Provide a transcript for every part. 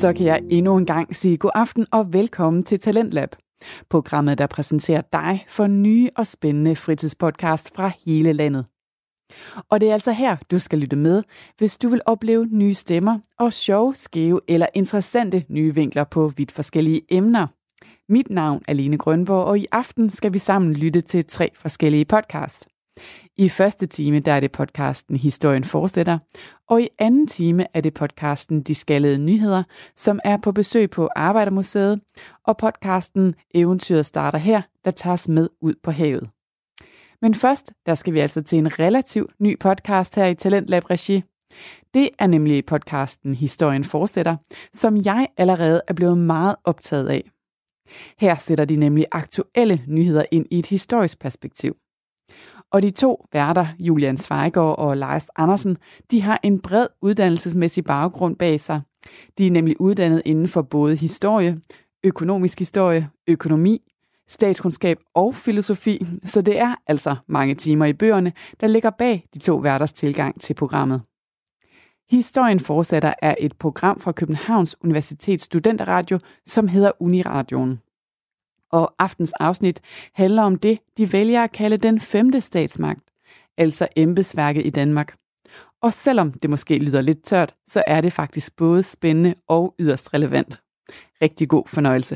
så kan jeg endnu en gang sige god aften og velkommen til Talentlab. Programmet, der præsenterer dig for nye og spændende fritidspodcast fra hele landet. Og det er altså her, du skal lytte med, hvis du vil opleve nye stemmer og sjove, skæve eller interessante nye vinkler på vidt forskellige emner. Mit navn er Lene Grønborg, og i aften skal vi sammen lytte til 3 forskellige podcasts. I første time der er det podcasten Historien fortsætter, og i anden time er det podcasten De Skaldede Nyheder, som er på besøg på Arbejdermuseet, og podcasten Eventyret starter her, der tager os med ud på havet. Men først, der skal vi altså til en relativt ny podcast her i Talentlab Regi. Det er nemlig podcasten Historien fortsætter, som jeg allerede er blevet meget optaget af. Her sætter de nemlig aktuelle nyheder ind i et historisk perspektiv. Og de 2 værter, Julian Svejgaard og Lars Andersen, de har en bred uddannelsesmæssig baggrund bag sig. De er nemlig uddannet inden for både historie, økonomisk historie, økonomi, statskundskab og filosofi, så det er altså mange timer i bøgerne, der ligger bag de 2 værters tilgang til programmet. Historien fortsætter er et program fra Københavns Universitets Studenterradio, som hedder Uniradioen. Og aftens afsnit handler om det, de vælger at kalde den 5. statsmagt, altså embedsværket i Danmark. Og selvom det måske lyder lidt tørt, så er det faktisk både spændende og yderst relevant. Rigtig god fornøjelse.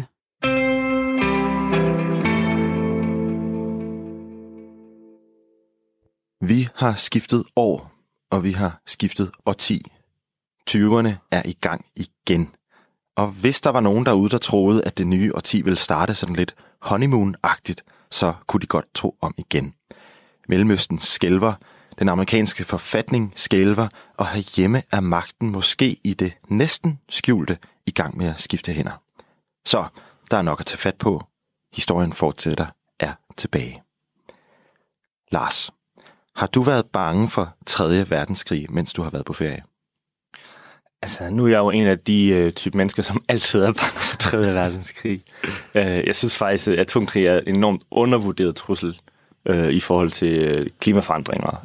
Vi har skiftet år, og vi har skiftet årti. 20'erne er i gang igen. Og hvis der var nogen derude, der troede, at det nye årti ville starte sådan lidt honeymoon-agtigt, så kunne de godt tro om igen. Mellemøsten skælver, den amerikanske forfatning skælver, og herhjemme er magten måske i det næsten skjulte i gang med at skifte hænder. Så der er nok at tage fat på. Historien fortsætter er tilbage. Lars, har du været bange for 3. verdenskrig, mens du har været på ferie? Altså, nu er jeg jo en af de type mennesker, som altid er bange for 3. verdenskrig. Jeg synes faktisk, at atomkrig er en enormt undervurderet trussel i forhold til klimaforandringer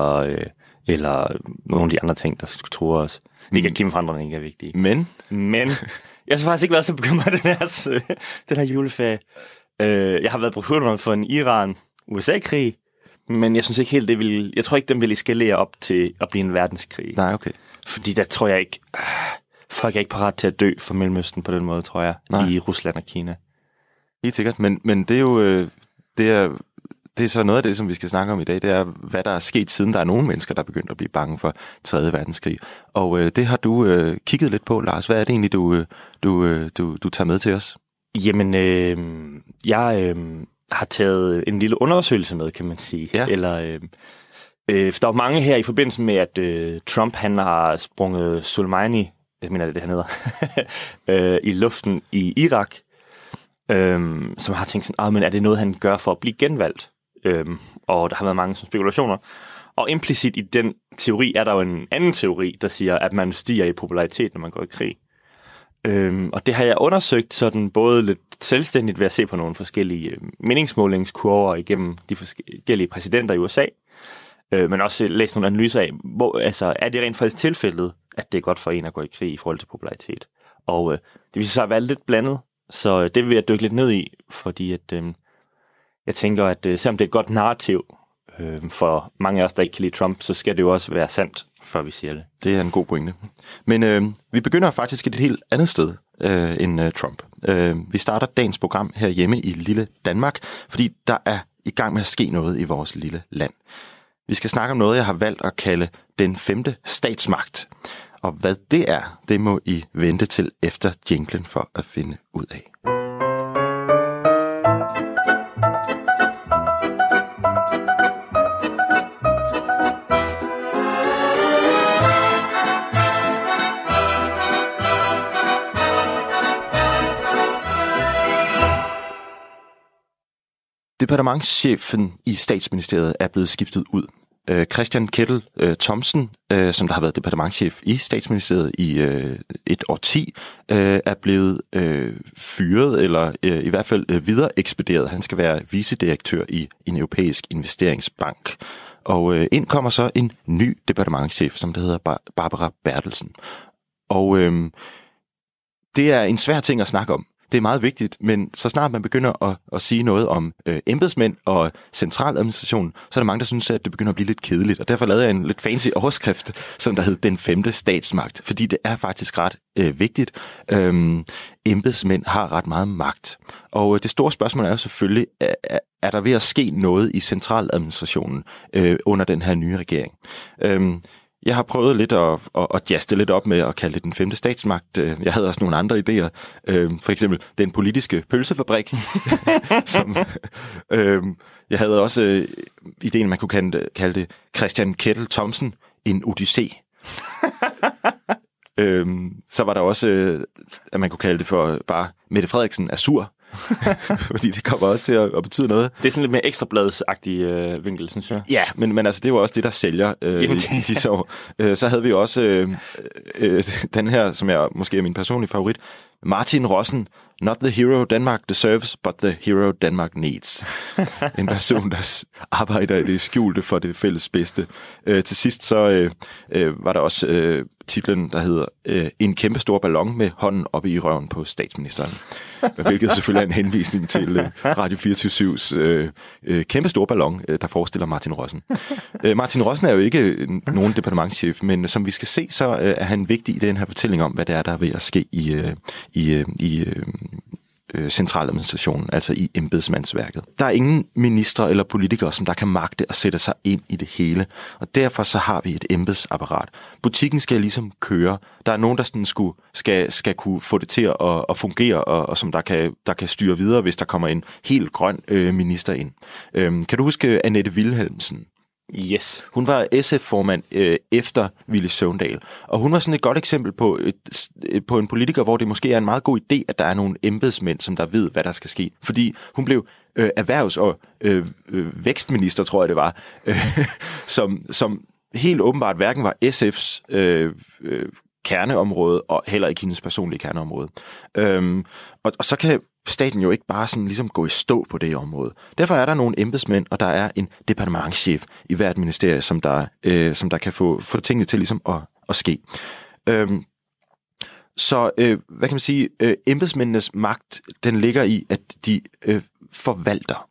eller nogle af de andre ting, der truer os. Ikke at klimaforandringer ikke er vigtige. Men jeg har faktisk ikke været så bekymret den her juleferie. Jeg har været bekymret for en Iran-USA-krig, men jeg synes ikke helt, jeg tror ikke, den vil eskalere op til at blive en verdenskrig. Nej, okay. Fordi der tror jeg ikke, folk er ikke parat til at dø for Mellemøsten på den måde, tror jeg, i Rusland og Kina. Helt sikkert, men det er jo, det er så noget af det, som vi skal snakke om i dag, det er, hvad der er sket, siden der er nogle mennesker, der er begyndt at blive bange for 3. verdenskrig. Og det har du kigget lidt på, Lars. Hvad er det egentlig, du tager med til os? Jamen, jeg har taget en lille undersøgelse med, kan man sige. Ja. Eller... der er mange her i forbindelse med, at Trump han har sprunget Soleimani, jeg mener det han hedder, i luften i Irak, som har tænkt sådan, men er det noget, han gør for at blive genvalgt? Og der har været mange spekulationer. Og implicit i den teori er der jo en anden teori, der siger, at man stiger i popularitet, når man går i krig. Og det har jeg undersøgt sådan både lidt selvstændigt ved at se på nogle forskellige meningsmålingskurver igennem de forskellige præsidenter i USA, men også læse nogle analyser af, er det rent faktisk tilfældet, at det er godt for en at gå i krig i forhold til popularitet. Og det viser sig at være lidt blandet, så det vil jeg dykke lidt ned i, fordi at, jeg tænker, at selvom det er et godt narrativ for mange af os, der ikke kan lide Trump, så skal det jo også være sandt, før vi siger det. Det er en god pointe. Men vi begynder faktisk et helt andet sted end Trump. Vi starter dagens program herhjemme i lille Danmark, fordi der er i gang med at ske noget i vores lille land. Vi skal snakke om noget, jeg har valgt at kalde den 5. statsmagt. Og hvad det er, det må I vente til efter jinglen for at finde ud af. Departementschefen i Statsministeriet er blevet skiftet ud. Christian Kettel Thomsen, som der har været departementschef i Statsministeriet i et årti, er blevet fyret, eller i hvert fald videre ekspederet. Han skal være vicedirektør i en europæisk investeringsbank. Og ind kommer så en ny departementschef, som der hedder Barbara Bertelsen. Og det er en svær ting at snakke om. Det er meget vigtigt, men så snart man begynder at sige noget om embedsmænd og centraladministration, så er der mange, der synes, at det begynder at blive lidt kedeligt. Og derfor lavede jeg en lidt fancy overskrift, som der hed Den 5. statsmagt. Fordi det er faktisk ret vigtigt. Embedsmænd har ret meget magt. Og det store spørgsmål er jo selvfølgelig, er der ved at ske noget i centraladministrationen under den her nye regering? Jeg har prøvet lidt at jaste lidt op med at kalde det den 5. statsmagt. Jeg havde også nogle andre idéer. For eksempel den politiske pølsefabrik. Som, jeg havde også ideen, man kunne kalde det Christian Kettel Thomsen, en odyssé. Så var der også, at man kunne kalde det for bare Mette Frederiksen er sur. Fordi det kommer også til at betyde noget. Det er sådan lidt mere ekstrabladsagtig vinkel, synes jeg. Ja, men altså, det var også det, der sælger de år. Så havde vi også den her, som er måske er min personlige favorit. Martin Rossen, not the hero Denmark deserves, but the hero Denmark needs. En person, der arbejder i det skjulte for det fælles bedste. Til sidst så var der også titlen, der hedder En kæmpe stor ballon med hånden oppe i røven på statsministeren. Hvilket selvfølgelig er en henvisning til Radio 24/7's kæmpe stor ballon, der forestiller Martin Rossen. Martin Rossen er jo ikke nogen departementschef, men som vi skal se, så er han vigtig i den her fortælling om, hvad det er, der er ved at ske i centraladministrationen, altså i embedsmandsværket. Der er ingen ministre eller politikere, som der kan magte at sætte sig ind i det hele, og derfor så har vi et embedsapparat. Butikken skal ligesom køre. Der er nogen, der sådan skal kunne få det til at fungere, og som der kan styre videre, hvis der kommer en helt grøn minister ind. Kan du huske Annette Wilhelmsen? Yes. Hun var SF-formand efter Villy Søvndal, og hun var sådan et godt eksempel på en politiker, hvor det måske er en meget god idé, at der er nogle embedsmænd, som der ved, hvad der skal ske. Fordi hun blev erhvervs- og vækstminister, tror jeg det var, som helt åbenbart hverken var SF's kerneområde, og heller ikke hendes personlige kerneområde. Og så kan staten jo ikke bare sådan ligesom gå i stå på det område. Derfor er der nogle embedsmænd, og der er en departementschef i hvert ministerie, som der kan få tingene til ligesom at ske. Så hvad kan man sige? Embedsmændenes magt, den ligger i, at de forvalter.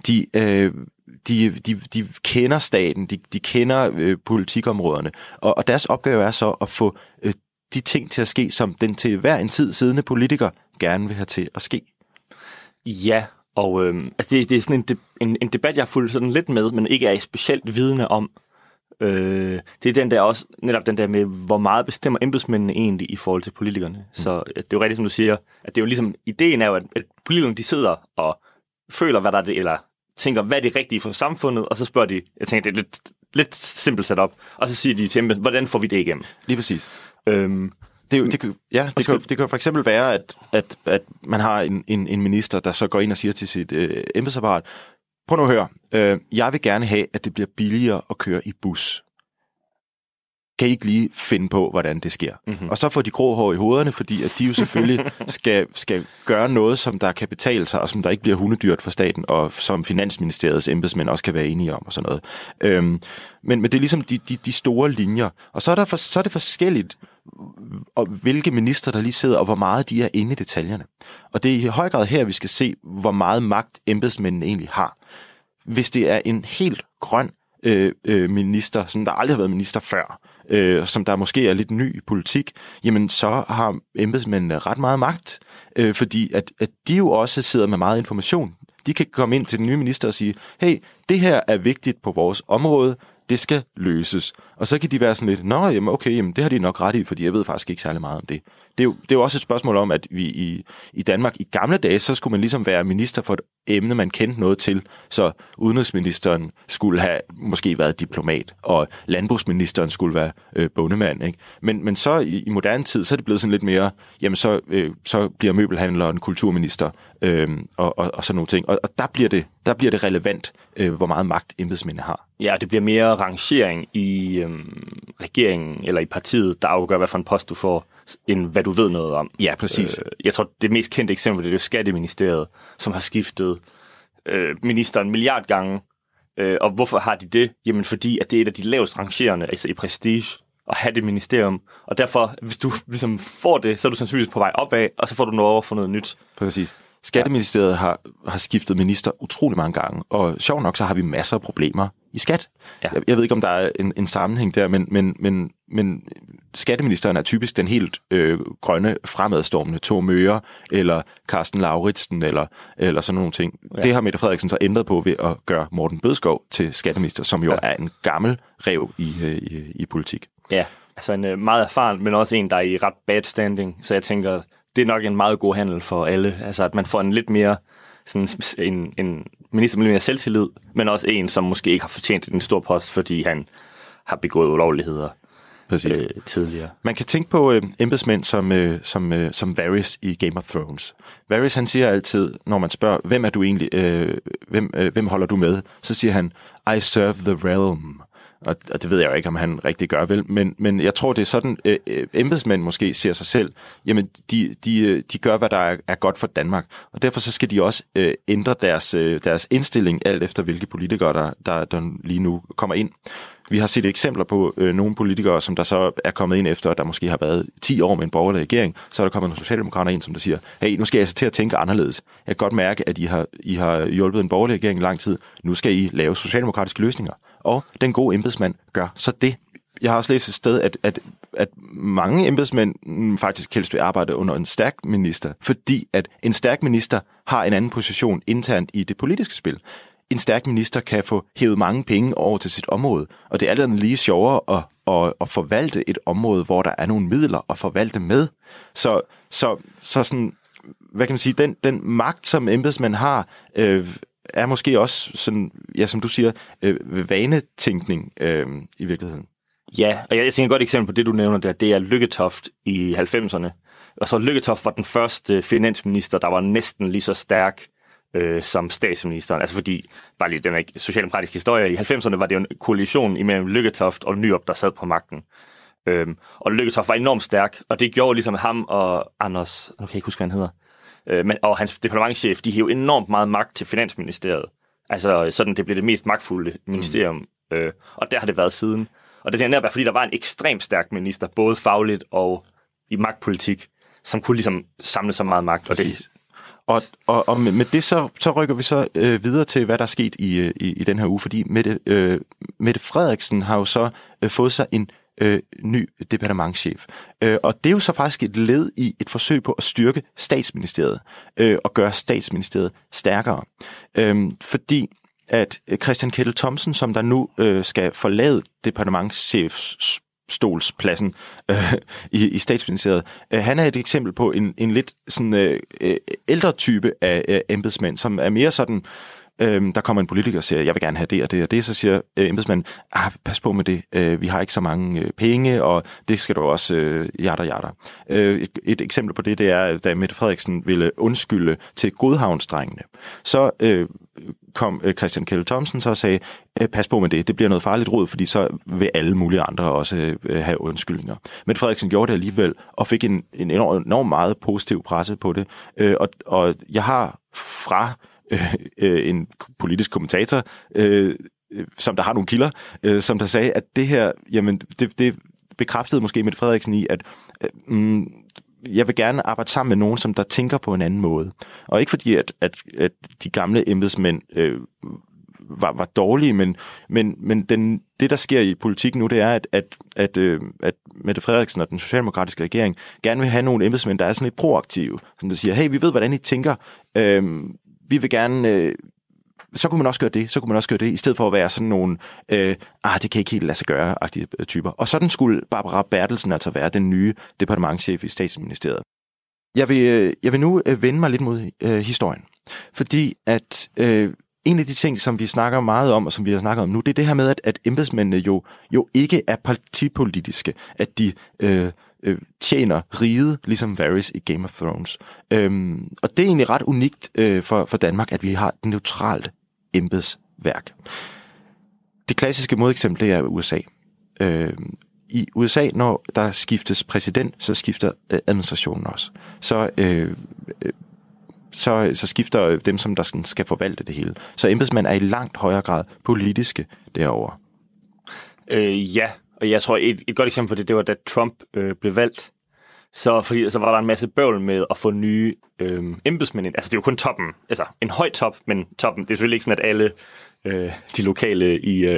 De kender staten, de kender politikområderne, og deres opgave er så at få de ting til at ske, som den til hver en tid siddende politiker gerne vil have til at ske. Ja, og altså det er sådan en debat, jeg har fulgt sådan lidt med, men ikke er specielt vidne om. Det er den der også, netop den der med, hvor meget bestemmer embedsmændene egentlig i forhold til politikerne. Så det er jo rigtigt, som du siger, at det er jo ligesom, ideen er jo, at politikerne de sidder og føler, hvad der er det, eller tænker, hvad er det rigtige for samfundet, og så spørger de, jeg tænker, det er lidt simpelt sat op, og så siger de til embedsmændene, hvordan får vi det igennem? Lige præcis. Det kan for eksempel være, at man har en minister, der så går ind og siger til sit embedsapparat, prøv nu at høre, jeg vil gerne have, at det bliver billigere at køre i bus. Kan I ikke lige finde på, hvordan det sker? Mm-hmm. Og så får de grå hår i hovederne, fordi at de jo selvfølgelig skal gøre noget, som der kan betale sig, og som der ikke bliver hundedyrt for staten, og som Finansministeriets embedsmænd også kan være enige om, og sådan noget. Men det er ligesom de store linjer. Og så er det forskelligt, og hvilke minister der lige sidder, og hvor meget de er inde i detaljerne. Og det er i høj grad her, vi skal se, hvor meget magt embedsmændene egentlig har. Hvis det er en helt grøn minister, som der aldrig har været minister før, som der måske er lidt ny i politik, jamen så har embedsmændene ret meget magt, fordi at de jo også sidder med meget information. De kan komme ind til den nye minister og sige, hey, det her er vigtigt på vores område, det skal løses. Og så kan de være sådan lidt, nå, jamen okay, jamen, det har de nok ret i, fordi jeg ved faktisk ikke særlig meget om det. Det er jo også et spørgsmål om, at vi i Danmark i gamle dage, så skulle man ligesom være minister for et emne, man kendte noget til. Så udenrigsministeren skulle have måske været diplomat, og landbrugsministeren skulle være bondemand. Ikke? Men så i moderne tid, så er det blevet sådan lidt mere, jamen så bliver møbelhandleren kulturminister, og sådan nogle ting. Og der bliver det relevant, hvor meget magt embedsmændene har. Ja, det bliver mere rangering i regeringen eller i partiet, der afgør, hvad for en post du får, end hvad du ved noget om. Ja, præcis. Jeg tror, det mest kendte eksempel, det er jo Skatteministeriet, som har skiftet ministeren milliard gange. Og hvorfor har de det? Jamen fordi, at det er et af de lavest rangerende, altså i prestige, at have det ministerium. Og derfor, hvis du ligesom får det, så er du sandsynligvis på vej opad, og så får du noget over for noget nyt. Præcis. Skatteministeriet har skiftet minister utrolig mange gange, og sjovt nok, så har vi masser af problemer i skat. Ja. Jeg ved ikke, om der er en sammenhæng der, men skatteministeren er typisk den helt grønne, fremadstormende Thor Möger, eller Carsten Lauritsen, eller sådan nogle ting. Ja. Det har Mette Frederiksen så ændret på ved at gøre Morten Bødskov til skatteminister, som jo er en gammel ræv i politik. Ja, altså en meget erfaren, men også en, der er i ret bad standing, så jeg tænker, det er nok en meget god handel for alle. Altså, at man får en lidt mere, sådan en minister med lidt mere selvtillid, men også en, som måske ikke har fortjent en stor post, fordi han har begået ulovligheder tidligere. Man kan tænke på embedsmænd som Varys i Game of Thrones. Varys, han siger altid, når man spørger, hvem er du egentlig, hvem holder du med? Så siger han, I serve the realm. Og det ved jeg jo ikke, om han rigtig gør vel, men jeg tror, det er sådan, embedsmænd måske ser sig selv, jamen de gør, hvad der er godt for Danmark, og derfor så skal de også ændre deres indstilling, alt efter hvilke politikere, der lige nu kommer ind. Vi har set eksempler på nogle politikere, som der så er kommet ind efter, der måske har været 10 år med en borgerlig regering, så er der kommet nogle socialdemokrater ind, som der siger, hey, nu skal jeg så til at tænke anderledes. Jeg kan godt mærke, at I har hjulpet en borgerlig regering i lang tid. Nu skal I lave socialdemokratiske løsninger. Og den gode embedsmand gør så det. Jeg har også læst et sted, at mange embedsmænd faktisk helst vil arbejde under en stærk minister, fordi at en stærk minister har en anden position internt i det politiske spil. En stærk minister kan få hævet mange penge over til sit område, og det er alt lige sjovere at forvalte et område, hvor der er nogle midler at forvalte med. Så sådan, hvad kan man sige, den magt, som embedsmænd har, er måske også sådan, ja, som du siger, vanetænkning i virkeligheden. Ja, og jeg tænker et godt eksempel på det, du nævner der, det er Lykketoft i 90'erne. Og så Lykketoft var den første finansminister, der var næsten lige så stærk som statsministeren. Altså fordi, bare lige den socialdemokratiske historie, i 90'erne var det jo en koalition imellem Lykketoft og Nyrup, der sad på magten. Og Lykketoft var enormt stærk, og det gjorde ligesom ham og Anders, nu kan jeg ikke huske, hvad han hedder, og hans departementschef, de hævde enormt meget magt til Finansministeriet. Altså sådan, det blev det mest magtfulde ministerium, og der har det været siden. Og det er netop, fordi der var en ekstremt stærk minister, både fagligt og i magtpolitik, som kunne ligesom samle så meget magt. Præcis. Og med det så rykker vi så videre til, hvad der er sket i den her uge, fordi Mette Frederiksen har jo så fået sig en ny departementschef. Og det er jo så faktisk et led i et forsøg på at styrke statsministeriet og gøre statsministeriet stærkere. Fordi at Christian Kettel Thomsen, som der nu skal forlade departementschefstolspladsen i statsministeriet, han er et eksempel på en lidt sådan ældre type af embedsmænd, som er mere sådan, der kommer en politiker og siger, jeg vil gerne have det og det og det, så siger embedsmanden, pas på med det, vi har ikke så mange penge, og det skal du også jatter. Et eksempel på det er, da Mette Frederiksen ville undskylde til Godhavnsdrengene, så kom Christian Kettel Thomsen så og sagde, pas på med det bliver noget farligt rod, fordi så vil alle mulige andre også have undskyldninger. Mette Frederiksen gjorde det alligevel, og fik en enormt meget positiv presse på det, og jeg har fra en politisk kommentator, som der har nogle kilder, som der sagde, at det her, jamen, det bekræftede måske Mette Frederiksen i, at jeg vil gerne arbejde sammen med nogen, som der tænker på en anden måde. Og ikke fordi, at de gamle embedsmænd var dårlige, men det, der sker i politik nu, det er, at Mette Frederiksen og den socialdemokratiske regering gerne vil have nogle embedsmænd, der er sådan lidt proaktive, som der siger, hey, vi ved, hvordan I tænker, vi vil gerne, så kunne man også gøre det, i stedet for at være sådan nogle, det kan ikke helt lade sig gøre-agtige typer. Og sådan skulle Barbara Bertelsen altså være den nye departementschef i Statsministeriet. Jeg vil nu vende mig lidt mod historien, fordi at en af de ting, som vi snakker meget om, og som vi har snakket om nu, det er det her med, at embedsmændene jo ikke er partipolitiske, at de tjener riget, ligesom Varys i Game of Thrones. Og det er egentlig ret unikt for Danmark, at vi har et neutralt embedsværk. Det klassiske modeksempel, det er USA. I USA, når der skiftes præsident, så skifter administrationen også. Så skifter dem, som der skal forvalte det hele. Så embedsmænd er i langt højere grad politiske derovre. Ja, Og jeg tror, et godt eksempel på det var, da Trump blev valgt. Så var der en masse bøvl med at få nye embedsmænd ind. Altså, det er jo kun toppen. Altså, en høj top, men toppen. Det er selvfølgelig ikke sådan, at alle de lokale i,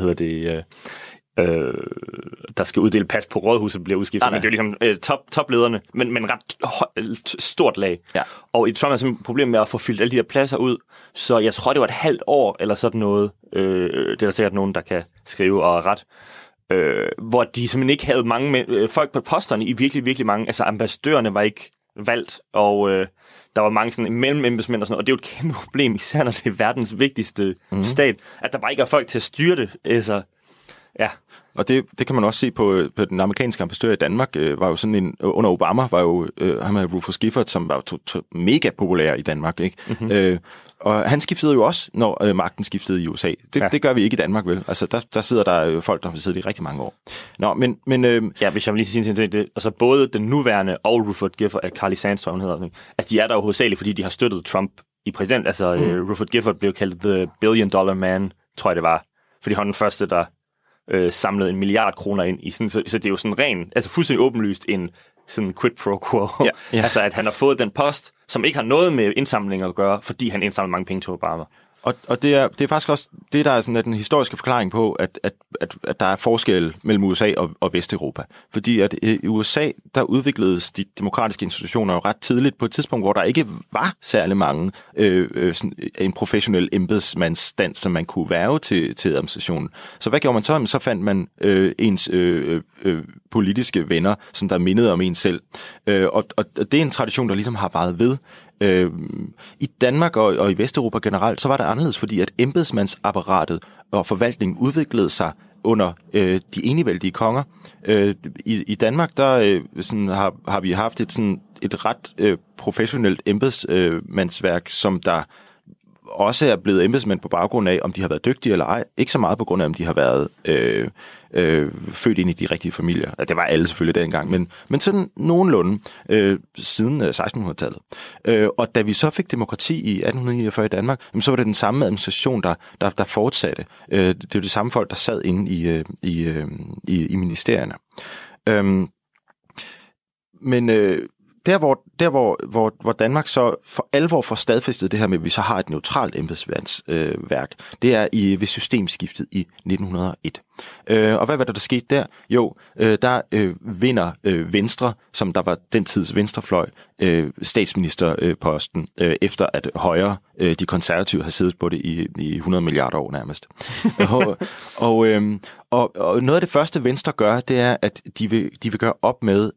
der skal uddele pas på rådhuset, bliver udskiftet. Men det er jo ligesom toplederne, men ret stort lag. Ja. Og i Trump er simpelthen et problem med at få fyldt alle de her pladser ud. Så jeg tror, det var et halvt år, eller sådan noget. Det er der sikkert nogen, der kan skrive og ret. Hvor de simpelthen ikke havde mange folk på posterne i virkelig, virkelig mange. Altså, ambassadørerne var ikke valgt, og der var mange sådan mellemembedsmænd og sådan noget. Og det er jo et kæmpe problem, især når det er verdens vigtigste stat, at der bare ikke er folk til at styre det. Altså, ja. Og det kan man også se på den amerikanske ambassadør i Danmark, var jo sådan under Obama, var jo ham med Rufus Gifford, som var mega populær i Danmark, ikke? Mm-hmm. Og han skiftede jo også, når magten skiftede i USA. Det gør vi ikke i Danmark, vel? Altså, der sidder der jo folk, der har siddet i rigtig mange år. Nå, men ja, hvis jeg vil lige sige til det, altså både den nuværende og Rufus Gifford, Carly Sandstrom, hun hedder, altså de er der jo hovedsageligt, fordi de har støttet Trump i præsident. Altså, Rufus Gifford blev kaldt The $1 billion man, tror jeg det var. Fordi han var den første, der samlet 1 milliard kroner ind i sådan, så det er jo sådan ren, altså fuldstændig åbenlyst en sådan quid pro quo. Ja, ja. Altså at han har fået den post, som ikke har noget med indsamlinger at gøre, fordi han indsamler mange penge til Obama. Og det er faktisk også det, der er sådan den historiske forklaring på, at der er forskel mellem USA og Vesteuropa. Fordi at i USA, der udvikledes de demokratiske institutioner jo ret tidligt på et tidspunkt, hvor der ikke var særlig mange en professionel embedsmandsstand, som man kunne værve til administrationen. Så hvad gjorde man så? Så fandt man ens politiske venner, som der mindede om en selv. Og det er en tradition, der ligesom har varet ved. I Danmark og i Vesteuropa generelt, så var det anderledes, fordi at embedsmandsapparatet og forvaltningen udviklede sig under de enevældige konger. I Danmark, der har vi haft et ret professionelt embedsmandsværk, som der også er blevet embedsmænd på baggrund af, om de har været dygtige eller ej. Ikke så meget på grund af, om de har været født ind i de rigtige familier. Det var alle selvfølgelig dengang, men sådan nogenlunde siden 1600-tallet. Og da vi så fik demokrati i 1849 i Danmark, så var det den samme administration, der fortsatte. Det er jo de samme folk, der sad inde i ministerierne. Men hvor Danmark så for alvor får stadfæstet det her med, at vi så har et neutralt embedsværk, det er ved systemskiftet i 1901. Og hvad var der skete der? Jo, der vinder Venstre, som der var den tids venstrefløj, statsministerposten, efter at Højre, de konservative, har siddet på det i 100 milliarder år nærmest. og noget af det første Venstre gør, det er, at de vil gøre op med,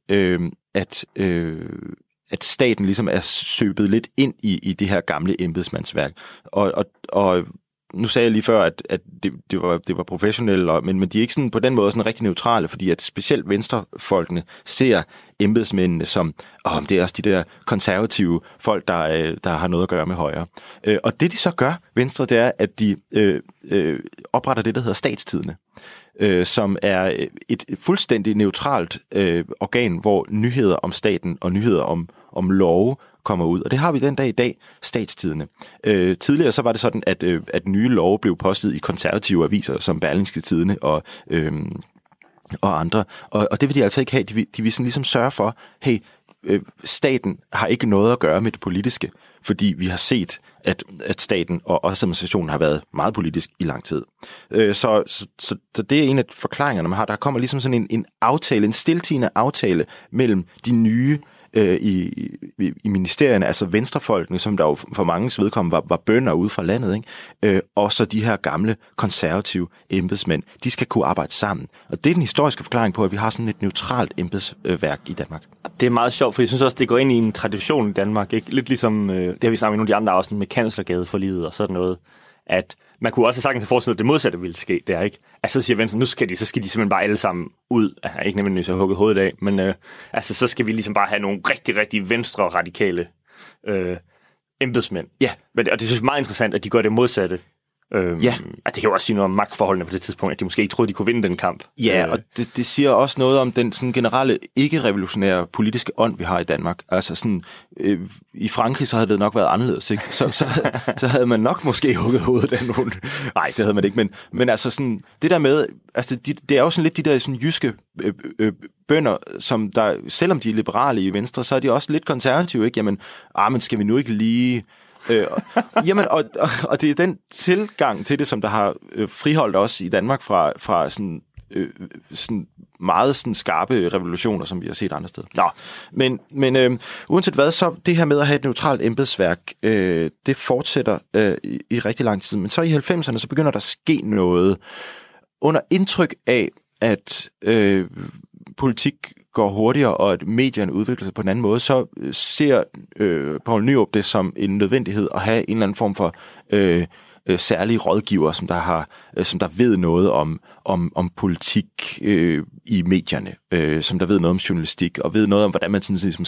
at staten ligesom er søbet lidt ind i det her gamle embedsmandsværk. Og nu sagde jeg lige før, at det var professionelle, men de er ikke sådan på den måde sådan rigtig neutrale, fordi at specielt venstrefolkene ser embedsmændene som, det er også de der konservative folk, der har noget at gøre med højre. Og det de så gør, Venstre, det er, at de opretter det, der hedder Statstidende, som er et fuldstændig neutralt organ, hvor nyheder om staten og nyheder om love kommer ud. Og det har vi den dag i dag, Statstidende. Tidligere så var det sådan, at nye love blev postet i konservative aviser, som Berlingske Tidende og andre. Og det vil de altså ikke have. De vil sådan ligesom sørge for, hey, staten har ikke noget at gøre med det politiske, fordi vi har set, at staten og også administrationen har været meget politisk i lang tid. Så det er en af forklaringerne, man har. Der kommer ligesom sådan en aftale, en stiltiende aftale mellem de nye i ministerierne, altså venstrefolkene, som der jo for manges vedkommende var bønder ude fra landet, ikke? Og så de her gamle konservative embedsmænd, de skal kunne arbejde sammen. Og det er den historiske forklaring på, at vi har sådan et neutralt embedsværk i Danmark. Det er meget sjovt, for jeg synes også, det går ind i en tradition i Danmark, ikke? Lidt ligesom, det har vi snakket med nogle af de andre afsnit med Kanslergadeforliget og sådan noget, at man kunne også sagtens forestille, at det modsatte ville ske der, ikke? Altså så siger Venstre, nu skal de simpelthen bare alle sammen ud. Ikke nødvendigvis at hugge hovedet af, men så skal vi ligesom bare have nogle rigtig, rigtig venstre radikale embedsmænd. Ja. Og det synes jeg er meget interessant, at de gør det modsatte. Det kan jo også sige noget om magtforholdene på det tidspunkt, at de måske ikke troede, de kunne vinde den kamp. Ja, og det siger også noget om den sådan generelle ikke-revolutionære politiske ånd, vi har i Danmark. Altså sådan, i Frankrig så havde det nok været anderledes, ikke? Så havde man nok måske hugget hovedet af nogen. Nej, det havde man ikke, men altså sådan, det der med, altså det er jo sådan lidt de der sådan jyske bønder, som der, selvom de er liberale i Venstre, så er de også lidt konservative, ikke? Jamen, men skal vi nu ikke lige... Jamen, og det er den tilgang til det, som der har friholdt os i Danmark fra sådan, sådan meget sådan skarpe revolutioner, som vi har set andre steder. Men uanset hvad, så det her med at have et neutralt embedsværk, det fortsætter i rigtig lang tid. Men så i 90'erne, så begynder der at ske noget under indtryk af, at politik går hurtigere, og at medierne udvikler sig på en anden måde, så ser Poul Nyrup det som en nødvendighed at have en eller anden form for særlige rådgiver, som der ved noget om politik i medierne, som der ved noget om journalistik, og ved noget om, hvordan man sådan ligesom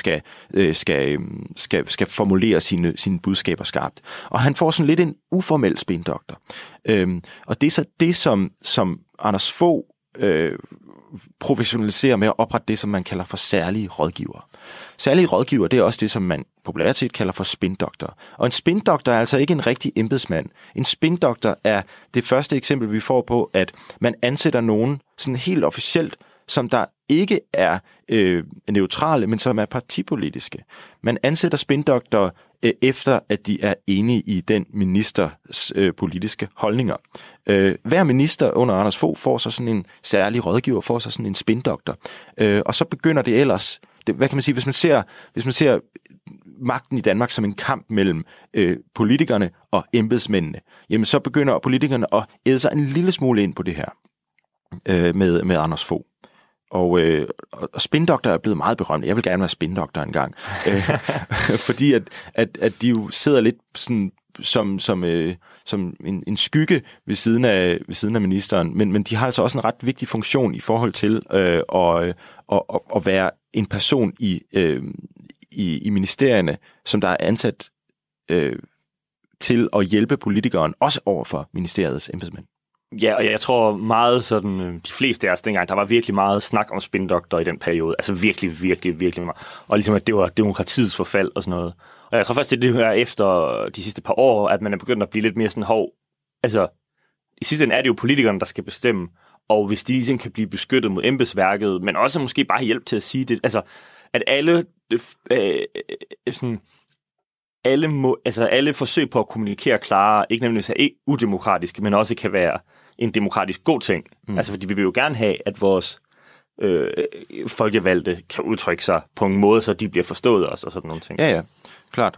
skal formulere sine budskaber skarpt. Og han får sådan lidt en uformel spindoktor. Og det er så det, som Anders Fogh professionaliserer med at oprette det, som man kalder for særlige rådgiver. Særlige rådgiver, det er også det, som man populært set kalder for spindoktor. Og en spindoktor er altså ikke en rigtig embedsmand. En spindoktor er det første eksempel, vi får på, at man ansætter nogen sådan helt officielt, som der ikke er neutrale, men som er partipolitiske. Man ansætter spindoktorer efter, at de er enige i den ministers politiske holdninger. Hver minister under Anders Fogh får så sådan en særlig rådgiver, får så sådan en spindoktor. Og så begynder det ellers, hvad kan man sige, hvis man ser magten i Danmark som en kamp mellem politikerne og embedsmændene, jamen så begynder politikerne at æde sig en lille smule ind på det her med Anders Fogh. Og spindoktor er blevet meget berømt. Jeg vil gerne være spindoktor engang. Fordi at de jo sidder lidt sådan, som en skygge ved siden af ministeren, men de har altså også en ret vigtig funktion i forhold til at være en person i ministerierne, som der er ansat til at hjælpe politikeren, også over for ministeriets embedsmænd. Ja, og jeg tror meget sådan, de fleste af os dengang, der var virkelig meget snak om spindoktor i den periode. Altså virkelig, virkelig, virkelig meget. Og ligesom, at det var demokratiets forfald og sådan noget. Og jeg tror først, det her efter de sidste par år, at man er begyndt at blive lidt mere sådan altså, i sidste ende er det jo politikerne, der skal bestemme. Og hvis de ligesom kan blive beskyttet mod embedsværket, men også måske bare hjælp til at sige det. Altså, at alle alle forsøg på at kommunikere klarere, ikke nødvendigvis er udemokratiske, men også kan være en demokratisk god ting. Altså, fordi vi vil jo gerne have, at vores folkevalgte kan udtrykke sig på en måde, så de bliver forstået også, og sådan nogle ting. Ja, klart.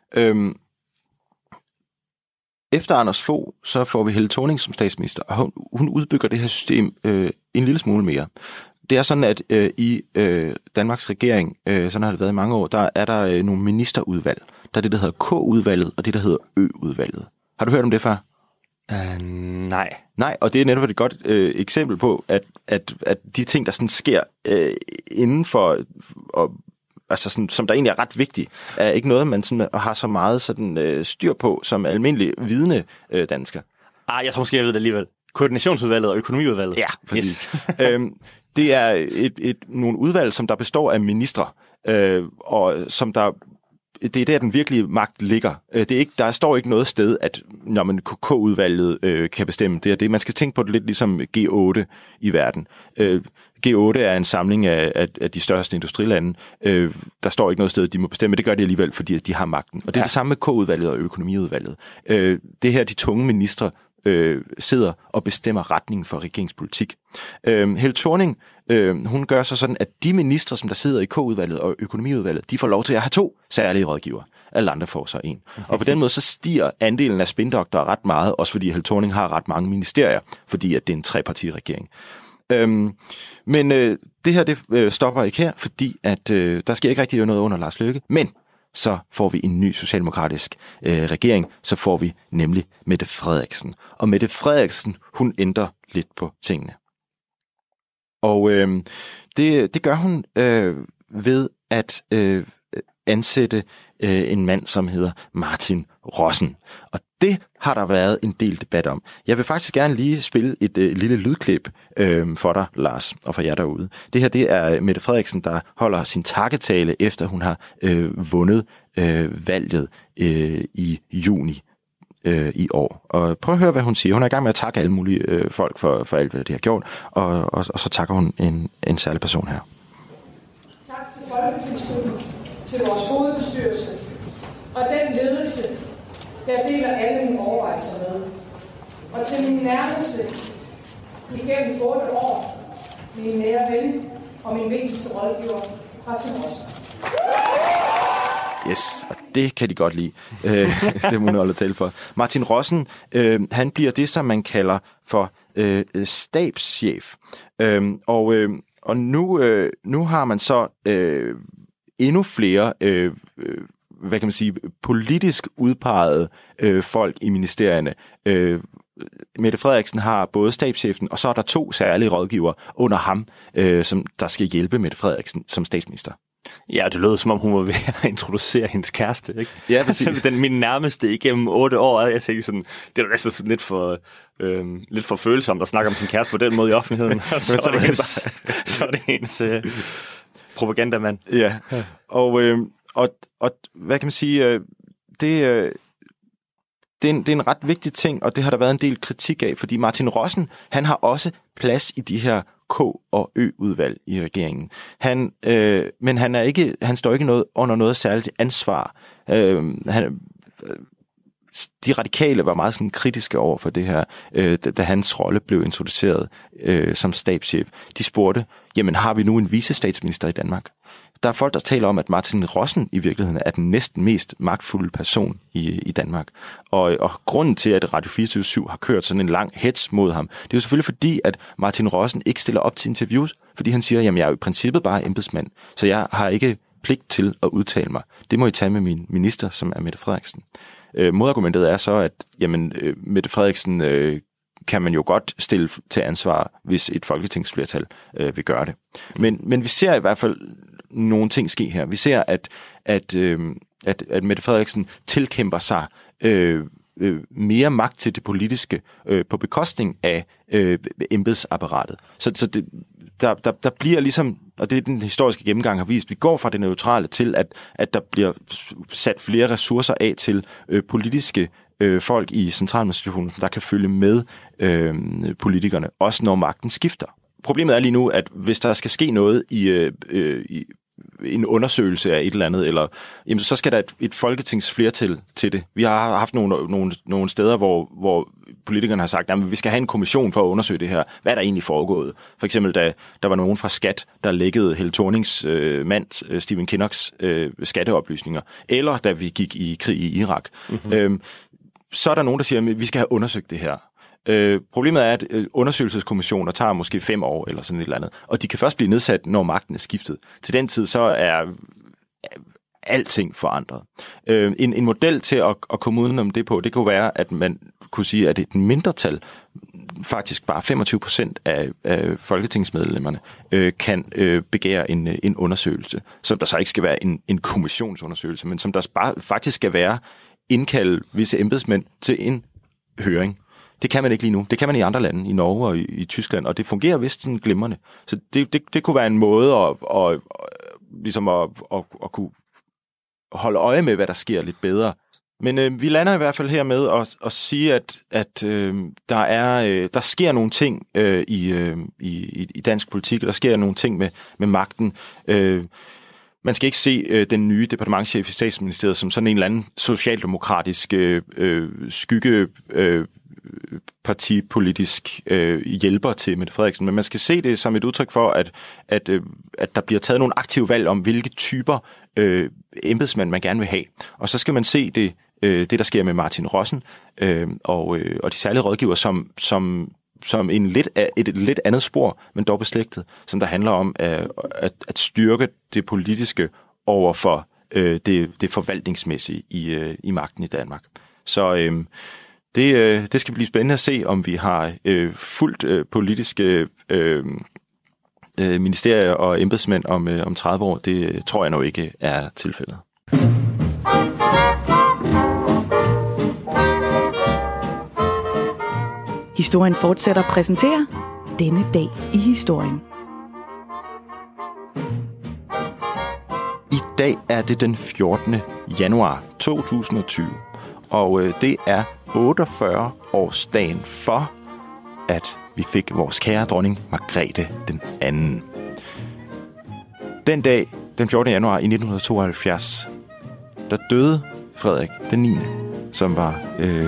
Efter Anders Fogh, så får vi Helle Thorning som statsminister, og hun udbygger det her system en lille smule mere. Det er sådan, at i Danmarks regering, sådan har det været i mange år, der er der nogle ministerudvalg. Der er det, der hedder K-udvalget, og det, der hedder Ø-udvalget. Har du hørt om det før? Nej. Nej, og det er netop et godt eksempel på, at de ting, der sådan sker inden for, altså sådan, som der egentlig er ret vigtigt, er ikke noget, man sådan har så meget sådan, styr på som almindelig vidende dansker. Jeg tror måske, jeg ved det alligevel. Koordinationsudvalget og økonomiudvalget. Ja, præcis. Yes. Det er nogle udvalg, som der består af ministre, og som der... Det er der, den virkelige magt ligger. Der står ikke noget sted, at når man K-udvalget kan bestemme det, er det. Man skal tænke på det lidt ligesom G8 i verden. G8 er en samling af de største industrilande. Der står ikke noget sted, de må bestemme. Det gør de alligevel, fordi de har magten. Og det er det samme med K-udvalget og økonomiudvalget. Det her, de tunge ministre sidder og bestemmer retningen for regeringspolitik. Helle Thorning, hun gør så sådan, at de ministre, som der sidder i K-udvalget og økonomiudvalget, de får lov til at have 2 særlige rådgiver. Alle andre får så 1. Og på den måde så stiger andelen af spindoktorer ret meget, også fordi Helle Thorning har ret mange ministerier, fordi at det er en 3-parti-regering. Men det her det stopper ikke her, fordi at der skal ikke rigtig noget under Lars Løkke, men så får vi en ny socialdemokratisk regering, så får vi nemlig Mette Frederiksen. Og Mette Frederiksen, hun ændrer lidt på tingene. Og det gør hun ved at ansætte en mand, som hedder Martin Rossen. Og det har der været en del debat om. Jeg vil faktisk gerne lige spille et lille lydklip for dig, Lars, og for jer derude. Det her, det er Mette Frederiksen, der holder sin takketale, efter hun har vundet valget i juni i år. Og prøv at høre, hvad hun siger. Hun er i gang med at takke alle mulige folk for alt, hvad de har gjort, og så takker hun en særlig person her. Tak til Folketingsgruppen, til vores hovedbestyrelse og den ledelse, der deler alle mine overvejelser med. Og til mine nærmeste igennem 8 år, min nære ven og min vigtigste rådgiver, Martin Rossen. Yes, og det kan de godt lide. Det må hun tale for. Martin Rossen, han bliver det, som man kalder for stabschef. Og nu har man så endnu flere hvad kan man sige, politisk udpegede folk i ministerierne. Mette Frederiksen har både stabschefen, og så er der 2 særlige rådgivere under ham, som der skal hjælpe Mette Frederiksen som statsminister. Ja, det lød som om hun var ved at introducere hendes kæreste, ikke? Ja, præcis. Min nærmeste igennem 8 år, jeg tænkte sådan, det er næsten sådan lidt for følsomt at snakke om sin kæreste på den måde i offentligheden. så er det ens propagandamand. Ja, og hvad kan man sige, det er en ret vigtig ting, og det har der været en del kritik af, fordi Martin Rossen, han har også plads i de her K- og Ø-udvalg i regeringen. Men han står ikke under noget særligt ansvar. De radikale var meget sådan kritiske over for det her, da hans rolle blev introduceret som stabschef. De spurgte, jamen har vi nu en vicestatsminister i Danmark? Der er folk, der taler om, at Martin Rossen i virkeligheden er den næsten mest magtfulde person i Danmark. Og grunden til, at Radio 24/7 har kørt sådan en lang hets mod ham, det er jo selvfølgelig fordi, at Martin Rossen ikke stiller op til interviews, fordi han siger, jamen jeg er jo i princippet bare embedsmand, så jeg har ikke pligt til at udtale mig. Det må I tage med min minister, som er Mette Frederiksen. Modargumentet er så, at jamen, Mette Frederiksen kan man jo godt stille til ansvar, hvis et folketingsflertal vil gøre det. Men vi ser i hvert fald nogle ting ske her. Vi ser, at Mette Frederiksen tilkæmper sig mere magt til det politiske på bekostning af embedsapparatet. Så der bliver ligesom, og det er den historiske gennemgang har vist, vi går fra det neutrale til, at der bliver sat flere ressourcer af til politiske folk i centraladministrationen, der kan følge med politikerne, også når magten skifter. Problemet er lige nu, at hvis der skal ske noget i en undersøgelse af et eller andet, jamen, så skal der et folketingsflertal til det. Vi har haft nogle steder, hvor politikerne har sagt, at vi skal have en kommission for at undersøge det her. Hvad er der egentlig foregået? For eksempel, da der var nogen fra SKAT, der lækkede Helle Thornings mand, Stephen Kinnocks skatteoplysninger, eller da vi gik i krig i Irak. Mm-hmm. Så er der nogen, der siger, at vi skal have undersøgt det her. Problemet er, at undersøgelseskommissioner tager måske 5 år eller sådan et eller andet, og de kan først blive nedsat, når magten er skiftet. Til den tid så er alting forandret. En model til at komme udenom det på, det kunne være, at man kunne sige, at et mindretal, faktisk bare 25% af folketingsmedlemmerne, kan begære en undersøgelse, som der så ikke skal være en kommissionsundersøgelse, men som der bare faktisk skal være indkalde visse embedsmænd til en høring. Det kan man ikke lige nu. Det kan man i andre lande, i Norge og i Tyskland, og det fungerer vist sådan glimrende. Så det kunne være en måde at kunne holde øje med, hvad der sker lidt bedre. Men vi lander i hvert fald her med at sige, at der sker nogle ting i dansk politik, og der sker nogle ting med magten. Man skal ikke se den nye departementschef i Statsministeriet som sådan en eller anden socialdemokratisk skygge partipolitisk hjælper til Mette Frederiksen, men man skal se det som et udtryk for, at der bliver taget nogle aktive valg om, hvilke typer embedsmænd man gerne vil have. Og så skal man se det der sker med Martin Rossen og de særlige rådgiver som et lidt andet spor, men dog beslægtet, som der handler om at styrke det politiske over for det forvaltningsmæssige i magten i Danmark. Så det skal blive spændende at se, om vi har fuldt politiske ministerier og embedsmænd om 30 år. Det tror jeg nu ikke er tilfældet. Historien fortsætter at præsentere denne dag i historien. I dag er det den 14. januar 2020, og det er 48 årsdagen for, at vi fik vores kære dronning Margrethe den anden. Den dag, den 14. januar i 1972, der døde Frederik den 9., som var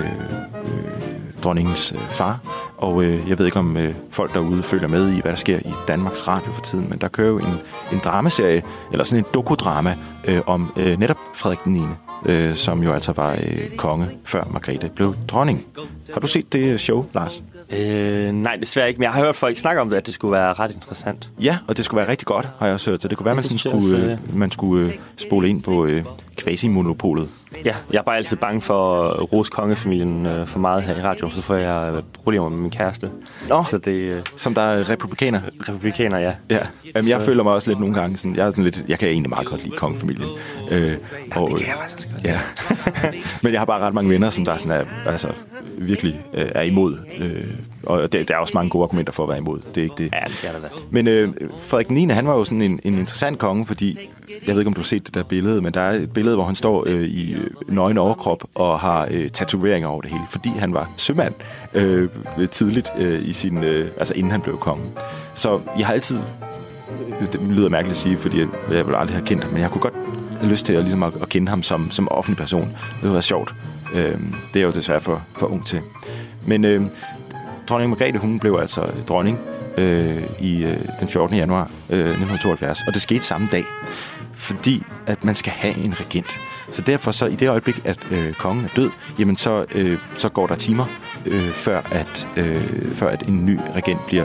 dronningens far. Og jeg ved ikke, om folk derude følger med i, hvad der sker i Danmarks Radio for tiden, men der kører jo en dramaserie, eller sådan en dokudrama om netop Frederik den 9., som jo altså var konge, før Margrethe blev dronning. Har du set det show, Lars? Nej, desværre ikke, men jeg har hørt folk snakke om det, at det skulle være ret interessant. Ja, og det skulle være rigtig godt, har jeg også hørt. Så det kunne være, at man skulle spole ind på quasi-monopolet. Ja, jeg er bare altid bange for at rose kongefamilien for meget her i radioen, så får jeg problemer med min kæreste. Nå, så det, som der er republikaner? Republikaner, ja. Ja. Jamen, jeg føler mig også lidt nogle gange sådan, jeg kan egentlig meget godt lide kongefamilien. Og det kan jeg faktisk også godt. Ja. Men jeg har bare ret mange venner, som der sådan virkelig er imod. Og der er også mange gode argumenter for at være imod. Det er ikke det. Ja, det er det da. Men Frederik den 9., han var jo sådan en interessant konge, fordi, jeg ved ikke, om du har set det der billede, men der er et billede, hvor han står i nøgen overkrop og har tatoveringer over det hele, fordi han var sømand tidligt i sin, inden han blev konge. Så jeg har altid, det lyder mærkeligt at sige, fordi jeg ville aldrig have kendt ham, men jeg kunne godt have lyst til at kende ham som offentlig person. Det ville være sjovt. Det er jo desværre for ung til. Men dronning Margrethe, hun blev altså dronning i den 14. januar 1972, og det skete samme dag, fordi at man skal have en regent. Så derfor så i det øjeblik, at kongen er død, jamen så går der timer før at en ny regent bliver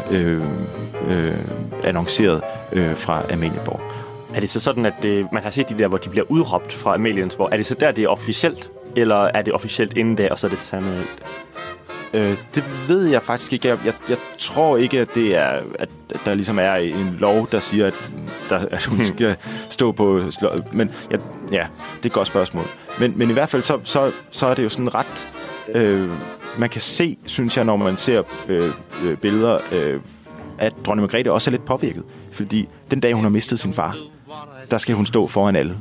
annonceret fra Amalienborg. Er det så sådan, at man har set de der, hvor de bliver udråbt fra Amalienborg? Er det så der, det er officielt? Eller er det officielt inden da, og så er det sandt? Det ved jeg faktisk ikke. Jeg tror ikke, at det er, at der ligesom er en lov, der siger, at hun skal stå på. Men ja, det er et godt spørgsmål. Men i hvert fald så er det jo sådan ret. Man kan se, synes jeg, når man ser billeder, at dronning Margrethe også er lidt påvirket, fordi den dag hun har mistet sin far, der skal hun stå foran alle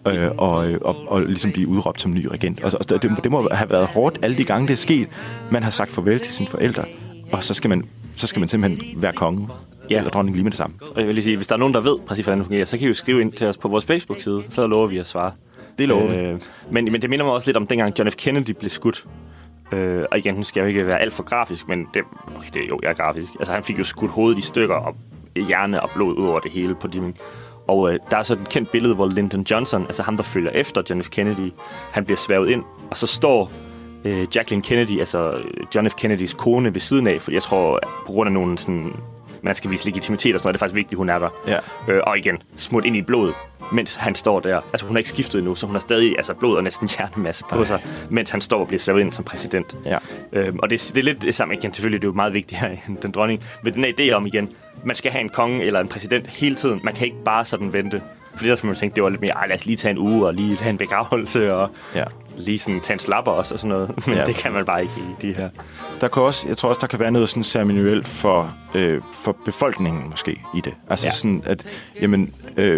og ligesom blive udråbt som ny regent. Og det må have været hårdt alle de gange, det er sket. Man har sagt farvel til sine forældre, og så skal man simpelthen være konge. Ja. Eller dronning lige med det samme. Og jeg vil lige sige, hvis der er nogen, der ved præcis, hvordan det fungerer, så kan I jo skrive ind til os på vores Facebook-side, så lover vi at svare. Det lover vi. Men det minder mig også lidt om dengang John F. Kennedy blev skudt. Og igen, nu skal jeg jo ikke være alt for grafisk, men jeg er grafisk. Altså, han fik jo skudt hovedet i stykker, og hjerne og blod ud over det hele på de. Og der er så et kendt billede, hvor Lyndon Johnson, altså ham, der følger efter John F. Kennedy, han bliver sværget ind, og så står Jacqueline Kennedy, altså John F. Kennedys kone, ved siden af, for jeg tror, på grund af nogle sådan, man skal vise legitimitet og sådan noget, det er faktisk vigtigt, hun er der. Ja. Og igen, smurt ind i blodet, mens han står der. Altså hun har ikke skiftet endnu, så hun har stadig blod og næsten hjernemasse på sig, mens han står og bliver sværget ind som præsident. Ja. Og det er lidt det samme igen, selvfølgelig, det er jo meget vigtigt her, den dronning. Men den idé om igen, man skal have en konge eller en præsident hele tiden. Man kan ikke bare sådan vente. Fordi ellers må man tænke, det var lidt mere, lad os lige tage en uge og lige have en begravelse og lige sådan tage en slapper også og sådan noget. Men det kan man bare ikke i de her. Der kan også, jeg tror også, der kan være noget sådan ceremonielt for befolkningen måske i det. Altså sådan, at jamen,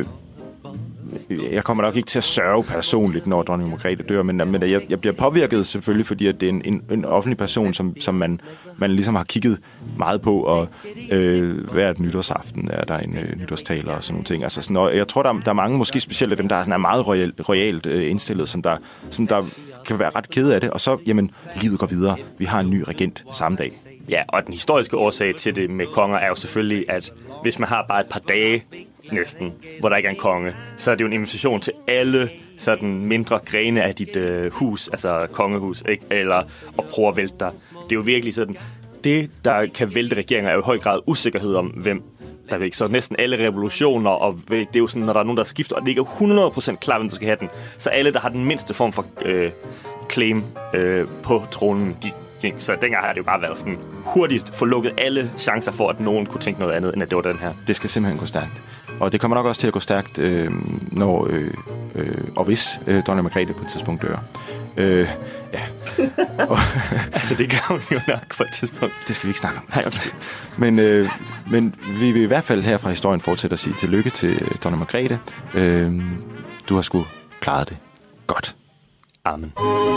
jeg kommer nok ikke til at sørge personligt, når dronning Margrethe dør, men jeg bliver påvirket selvfølgelig, fordi at det er en offentlig person, som man ligesom har kigget meget på, og hvert nytårsaften er der en nytårstaler og sådan nogle ting. Altså sådan, og jeg tror, der er mange, måske specielt af dem, der er meget royalt indstillet, som der kan være ret kede af det, og så, jamen, livet går videre. Vi har en ny regent samme dag. Ja, og den historiske årsag til det med konger er jo selvfølgelig, at hvis man har bare et par dage næsten, hvor der ikke er en konge, så er det jo en invitation til alle sådan mindre grene af dit hus, altså kongehus, ikke? Eller at prøve at vælte dig. Det er jo virkelig sådan, det der kan vælte regeringer er jo i høj grad usikkerhed om, hvem der vil. Så næsten alle revolutioner, og det er jo sådan, når der er nogen, der skifter, og det ikke er 100% klar, hvem der skal have den, så alle, der har den mindste form for claim på tronen, så dengang har det jo bare været sådan hurtigt få lukket alle chancer for, at nogen kunne tænke noget andet, end at det var den her. Det skal simpelthen gå stærkt. Og det kommer nok også til at gå stærkt, når og hvis dronning Margrethe på et tidspunkt dør. Ja. Altså, det gør hun jo nok på et tidspunkt. Det skal vi ikke snakke om. Men vi vil i hvert fald her fra historien fortsætte at sige tillykke til dronning Margrethe. Du har sgu klaret det godt. Amen.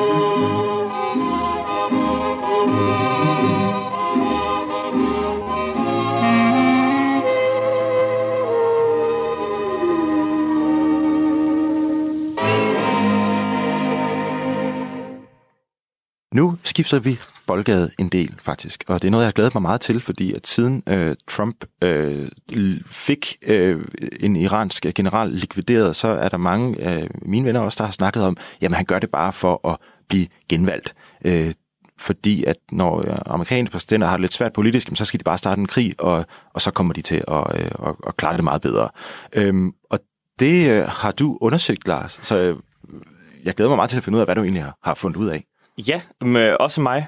Nu skifter vi boldgade en del, faktisk. Og det er noget, jeg har glædet mig meget til, fordi at siden Trump fik en iransk general likvideret, så er der mange af mine venner også, der har snakket om, jamen han gør det bare for at blive genvalgt. Fordi at når amerikanske præsidenter har det lidt svært politisk, så skal de bare starte en krig, og så kommer de til at klare det meget bedre. Og det har du undersøgt, Lars. Så jeg glæder mig meget til at finde ud af, hvad du egentlig har fundet ud af. Ja, også mig.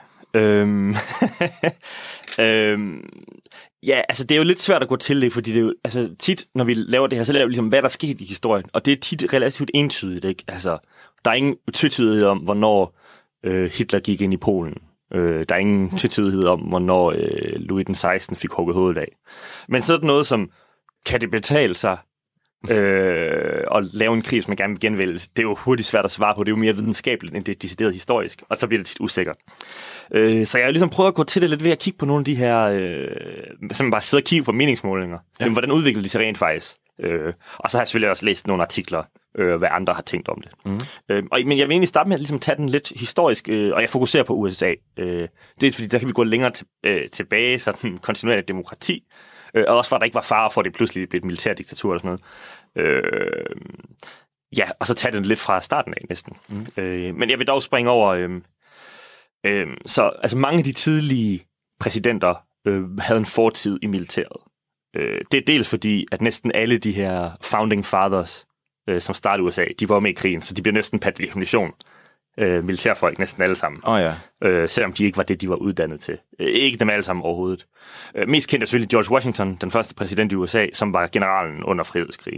Ja, altså det er jo lidt svært at gå til det, fordi det er jo, altså tit, når vi laver det her, så laver vi ligesom, hvad der skete i historien. Og det er tit relativt entydigt, ikke? Altså, der er ingen utvetydighed om, hvornår Hitler gik ind i Polen. Der er ingen utvetydighed om, hvornår Louis den 16 fik hugget hovedet af. Men sådan noget som, kan det betale sig og lave en krig, som man gerne vil genvælge, det er jo hurtigt svært at svare på. Det er jo mere videnskabeligt, end det er decideret historisk. Og så bliver det tit usikkert. Så jeg har ligesom prøvet at gå til det lidt ved at kigge på nogle af de her, simpelthen bare sidde og kigge på meningsmålinger. Ja. Hvordan udvikler de sig rent faktisk? Og så har jeg selvfølgelig også læst nogle artikler, hvad andre har tænkt om det. Men jeg vil egentlig starte med at ligesom tage den lidt historisk, og jeg fokuserer på USA. Det er fordi, der kan vi gå længere tilbage, sådan kontinuerligt demokrati. Og også for, at der ikke var fare for, at det pludselig blev et militærdiktatur eller sådan noget. Ja, og så tage den lidt fra starten af næsten. Men jeg vil dog springe over... Så altså mange af de tidlige præsidenter havde en fortid i militæret. Det er dels fordi, at næsten alle de her founding fathers, som startede USA, de var med i krigen, så de bliver næsten per definition militærfolk, næsten alle sammen. Selvom de ikke var det, de var uddannet til. Ikke dem alle sammen overhovedet. Mest kendt er selvfølgelig George Washington, den første præsident i USA, som var generalen under frihedsskrigen.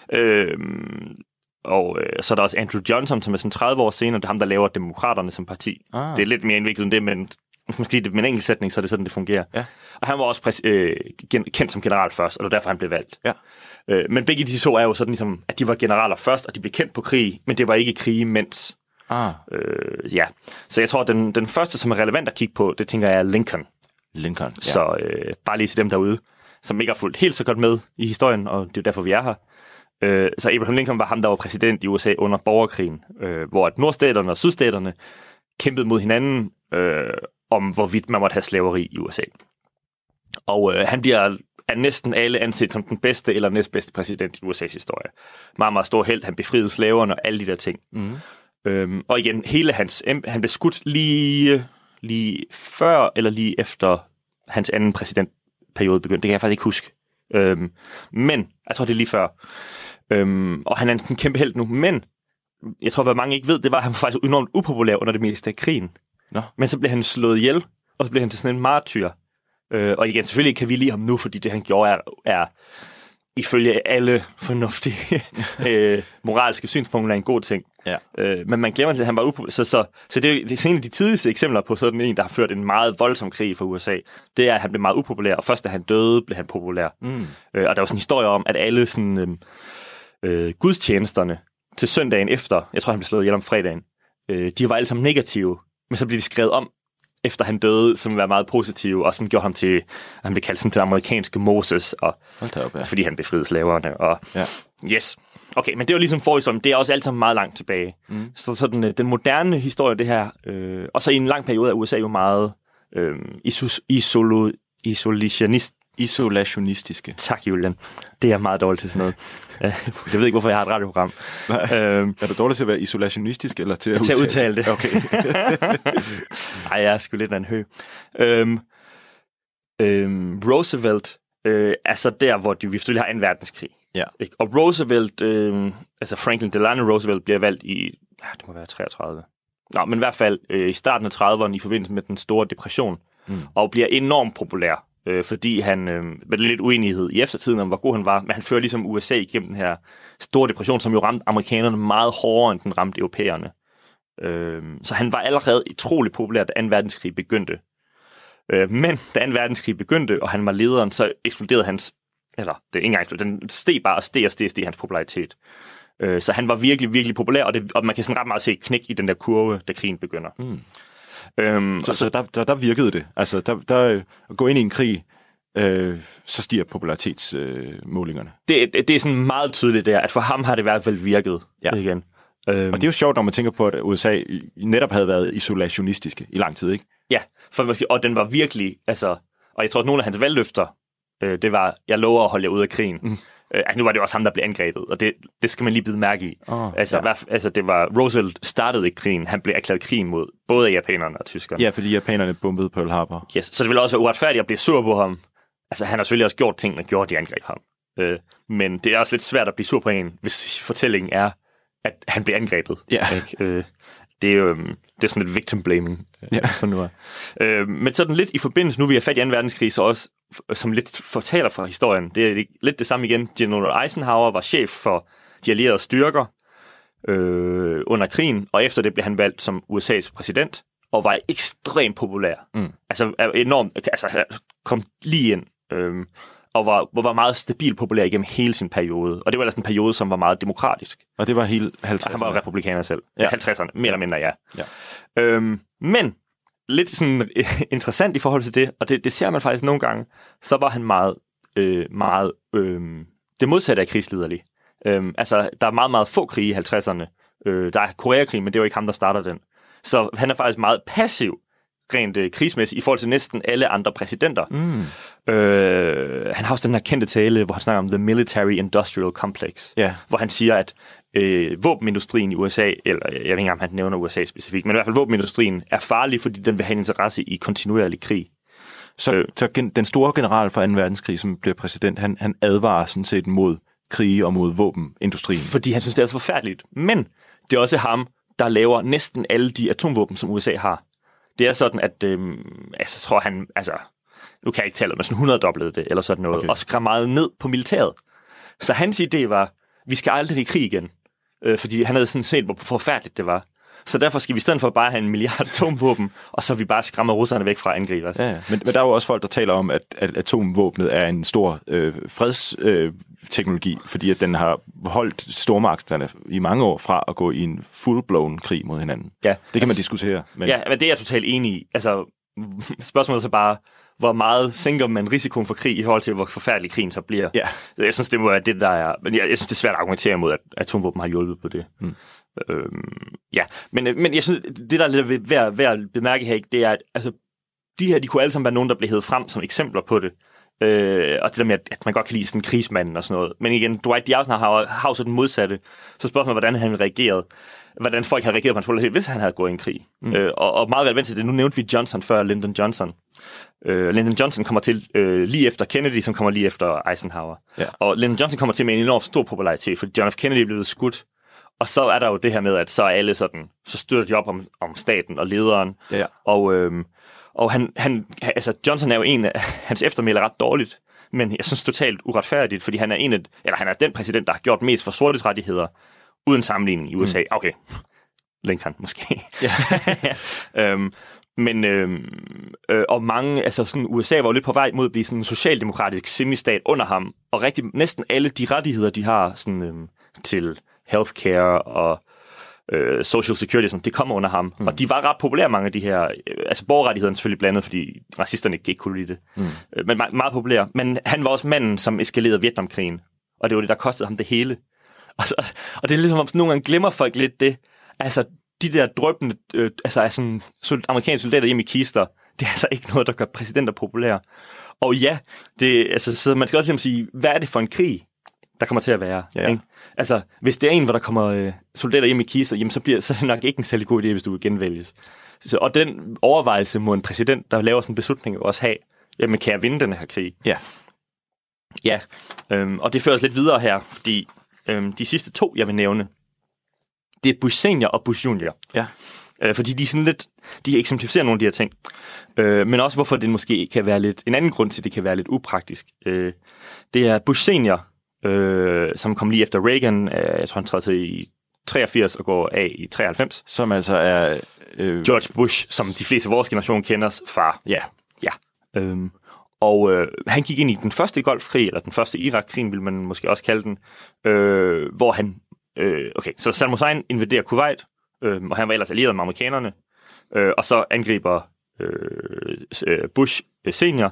Så er der også Andrew Johnson, som er sådan 30 år senere, det er ham, der laver Demokraterne som parti. Det er lidt mere indviklet end det, men hvis man skal sige det med en enkelt sætning, så er det sådan, det fungerer. Ja. Og han var også kendt som general først, og det var derfor, han blev valgt. Ja. Men begge de to er jo sådan ligesom, at de var generaler først, og de blev kendt på krig, men det var ikke krig imens. Ja. Så jeg tror, at den første, som er relevant at kigge på, det tænker jeg er Lincoln. Lincoln, ja. Så bare lige til dem derude, som ikke har fulgt helt så godt med i historien, og det er derfor, vi er her. Så Abraham Lincoln var ham, der var præsident i USA under borgerkrigen, hvor at nordstaterne og sydstaterne kæmpede mod hinanden om, hvorvidt man måtte have slaveri i USA. Og han bliver af næsten alle anset som den bedste eller næstbedste præsident i USA's historie. Meget, meget stor held. Han befriede slaverne og alle de der ting. Og igen, han blev skudt lige før eller lige efter hans anden præsidentperiode begyndte. Det kan jeg faktisk ikke huske. Men jeg tror, det er lige før. Og han er en kæmpe held nu. Men jeg tror, hvad mange ikke ved, det var, at han var faktisk enormt upopulær under det meste af krigen. Nå. Men så blev han slået ihjel, og så blev han til sådan en martyr. Og igen, selvfølgelig kan vi lide ham nu, fordi det, han gjorde, er ifølge alle fornuftige moralske synspunkter en god ting. Ja. Men man glemmer, at han var upopulær. Så det er en af de tidligste eksempler på sådan en, der har ført en meget voldsom krig for USA. Det er, at han blev meget upopulær, og først da han døde, blev han populær. Og der var sådan en historie om, at alle sådan, gudstjenesterne til søndagen efter, jeg tror, han blev slået ihjel om fredagen, de var alle sammen negative, men så blev de skrevet om, efter han døde, som var meget positiv, og sådan gjorde ham til, han blev kaldt sådan til amerikanske Moses, og fordi han befriede slaverne. Og, yes. Okay, men det var ligesom forhistorien, det er også alt sammen meget langt tilbage. Så sådan, den moderne historie, det her, og så i en lang periode af USA jo meget isolationistiske. Tak, Julian. Det er meget dårligt til sådan noget. Jeg ved ikke, hvorfor jeg har et radioprogram. Er du dårlig til at være isolationistisk, eller til at udtale det? Okay. Ej, jeg er sgu lidt af en hø. Roosevelt er så der, hvor vi selvfølgelig har 2. verdenskrig. Ja. Og Roosevelt, altså Franklin Delano Roosevelt, bliver valgt i, det må være 33. Nå, men i hvert fald i starten af 30'erne i forbindelse med den store depression, og bliver enormt populær. Fordi han var lidt uenighed i eftertiden om, hvor god han var, men han fører ligesom USA igennem den her store depression, som jo ramte amerikanerne meget hårdere, end den ramte europæerne. Så han var allerede utrolig populær, da 2. verdenskrig begyndte. Men da 2. verdenskrig begyndte, og han var lederen, så eksploderede hans... Eller, det er ikke engang den steg bare og steg hans popularitet. Så han var virkelig, virkelig populær, og man kan sådan ret meget se et knæk i den der kurve, da krigen begynder. Så der virkede det. Altså, der at gå ind i en krig, så stiger popularitetsmålingerne. Det er sådan meget tydeligt der, at for ham har det i hvert fald virket igen. Og det er jo sjovt, når man tænker på, at USA netop havde været isolationistiske i lang tid, ikke? Ja, og den var virkelig, altså... Og jeg tror, at nogle af hans valgløfter, det var, jeg lover at holde jer ude af krigen. Nu var det også ham, der blev angrebet, og det skal man lige bide mærke i. Altså, det var... Roosevelt startede ikke krigen. Han blev erklæret krig mod både japanerne og tyskerne. Ja, fordi japanerne bombede Pearl Harbor. Yes. Så det ville også være uretfærdigt at blive sur på ham. Altså, han har selvfølgelig også gjort ting, der gjorde, de angreb ham. Men det er også lidt svært at blive sur på en, hvis fortællingen er, at han blev angrebet. Ja. Det er sådan lidt victim blaming for nu. Men sådan lidt i forbindelse, nu vi er fat i 2. verdenskrig, så også som lidt fortaler for historien, det er lidt det samme igen. General Eisenhower var chef for de allierede styrker under krigen, og efter det blev han valgt som USA's præsident, og var ekstremt populær. Altså enormt, altså kom lige ind, og var meget stabil populær igennem hele sin periode. Og det var ellers en periode, som var meget demokratisk. Og det var hele 50'erne. Han var republikaner selv. Ja. 50'erne, mere eller mindre, ja. Men lidt sådan interessant i forhold til det, og det ser man faktisk nogle gange, så var han meget det modsatte af krigsliderlig. Altså, der er meget, meget få krige i 50'erne. Der er Koreakrigen, men det er jo ikke ham, der starter den. Så han er faktisk meget passiv, rent krigsmæssigt, i forhold til næsten alle andre præsidenter. Han har også den her kendte tale, hvor han snakker om The Military Industrial Complex, hvor han siger, at våbenindustrien i USA, eller jeg ved ikke, om han nævner USA specifikt, men i hvert fald våbenindustrien er farlig, fordi den vil have en interesse i kontinuerlig krig. Så den store general for 2. verdenskrig, som bliver præsident, han advarer sådan set mod krige og mod våbenindustrien. Fordi han synes, det er så forfærdeligt. Men det er også ham, der laver næsten alle de atomvåben, som USA har. Det er sådan, at tror han, nu kan jeg ikke tale, men sådan 100-doblede det, eller sådan noget, og skræmmer meget ned på militæret. Så hans idé var, vi skal aldrig i krig igen, fordi han havde sådan set, hvor forfærdeligt det var. Så derfor skal vi i stedet for bare have 1 milliard atomvåben, og så vi bare skræmmer russerne væk fra angreb. Ja. Men der er jo også folk, der taler om, at atomvåbnet er en stor fredsteknologi, fordi at den har holdt stormagterne i mange år fra at gå i en full-blown krig mod hinanden. Ja, det kan man diskutere. Men... Ja, men det er jeg totalt enig i. Altså, spørgsmålet er så bare, hvor meget sænker man risikoen for krig i forhold til, hvor forfærdelig krigen så bliver. Ja. Jeg synes, det må være det, der er... Men jeg synes, det er svært at argumentere mod, at atomvåben har hjulpet på det. Men jeg synes, det der er lidt værd at bemærke her, det er, at altså, de her, de kunne alle sammen være nogen, der blev hævet frem som eksempler på det. Og det der med, at man godt kan lide sådan krigsmanden og sådan noget. Men igen, Dwight D. Eisenhower har så den modsatte. Så spørgsmålet, hvordan han reagerede. Hvordan folk havde reageret på hans popularitet, hvis han havde gået i en krig. Og meget relevant til det, nu nævnte vi Johnson før, Lyndon Johnson. Lyndon Johnson kommer til lige efter Kennedy, som kommer lige efter Eisenhower. Ja. Og Lyndon Johnson kommer til med en enormt stor popularitet, fordi John F. Kennedy blev skudt. Og så er der jo det her med, at så er alle sådan, så støtter de op om staten og lederen. Ja. Og altså Johnson er jo en af hans eftermæler ret dårligt, men jeg synes totalt uretfærdigt, fordi han er den præsident, der har gjort mest for sortes rettigheder uden sammenligning i USA. Okay, Lincoln måske. Ja. Og mange, altså sådan USA var jo lidt på vej mod at blive sådan en socialdemokratisk semistat under ham, og næsten alle de rettigheder, de har sådan, til healthcare og social security, sådan, det kommer under ham. Og de var ret populære, mange af de her, altså borgerrettighederne selvfølgelig blandet, fordi racisterne ikke kunne lide det. Men meget populære. Men han var også manden, som eskalerede Vietnamkrigen, og det var det, der kostede ham det hele. Og det er ligesom, om nogle gange glemmer folk lidt det. Altså, de der drøbende, sådan amerikanske soldater hjemme i kister, det er altså ikke noget, der gør præsidenter populære. Og ja, så man skal også ligesom sige, hvad er det for en krig, der kommer til at være? Ja. Ikke? Altså, hvis det er en, hvor der kommer soldater hjem i kister, jamen, så er det nok ikke en særlig god idé, hvis du vil genvælges. Og den overvejelse må en præsident, der laver sådan en beslutning, også have, jamen, kan jeg vinde den her krig? Ja. Ja, og det fører os lidt videre her, fordi de sidste 2, jeg vil nævne, det er Bush senior og Bush junior. Ja. Fordi de er sådan lidt, de eksemplificerer nogle af de her ting. Men også hvorfor det måske kan være lidt, en anden grund til, det kan være lidt upraktisk. Det er Bush senior, som kom lige efter Reagan. Jeg tror, han trådte til i 83 og går af i 93. Som altså er... George Bush, som de fleste af vores generation kender far. Ja. Han gik ind i den første Golfkrig, eller den første Irak-krig, vil man måske også kalde den, hvor han... så Saddam Hussein invaderer Kuwait, og han var ellers allieret med amerikanerne, og så angriber Bush senior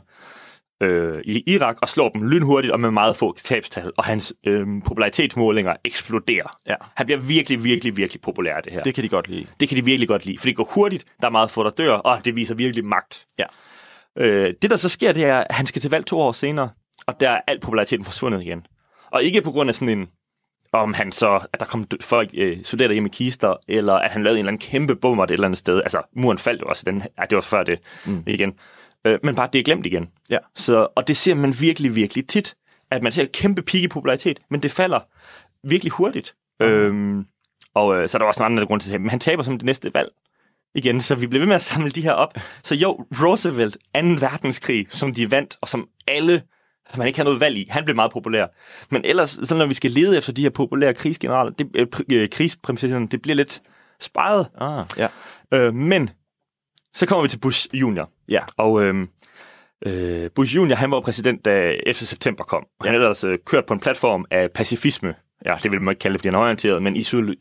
i Irak og slår dem lynhurtigt og med meget få tabstal, og hans popularitetsmålinger eksploderer. Ja. Han bliver virkelig, virkelig, virkelig populær, det her. Det kan de godt lide. Det kan de virkelig godt lide, for det går hurtigt, der er meget få, der dør, og det viser virkelig magt. Ja. Det, der så sker, det er, at han skal til valg 2 år senere, og der er al populariteten forsvundet igen. Og ikke på grund af sådan en, at der kom folk, soldater hjem i kister, eller at han lavede en eller anden kæmpe bomber et eller andet sted. Altså, muren faldt jo også, det var før det igen. Men bare, det er glemt igen. Ja. Og det ser man virkelig, virkelig tit, at man ser kæmpe peak i popularitet, men det falder virkelig hurtigt. Så er der også en anden grund til at sige, men han taber som det næste valg igen, så vi bliver ved med at samle de her op. Så jo, Roosevelt, 2. verdenskrig, som de vandt, og som alle, man ikke har noget valg i, han blev meget populær. Men ellers, så når vi skal lede efter de her populære krigsgeneraler, krigspræmisserne, det bliver lidt sparet. Men så kommer vi til Bush Jr. Ja. Og Bush Jr., han var præsident, da 11. september kom. Han havde ellers kørt på en platform af pacifisme. Ja, det vil man ikke kalde det, fordi han er orienteret, men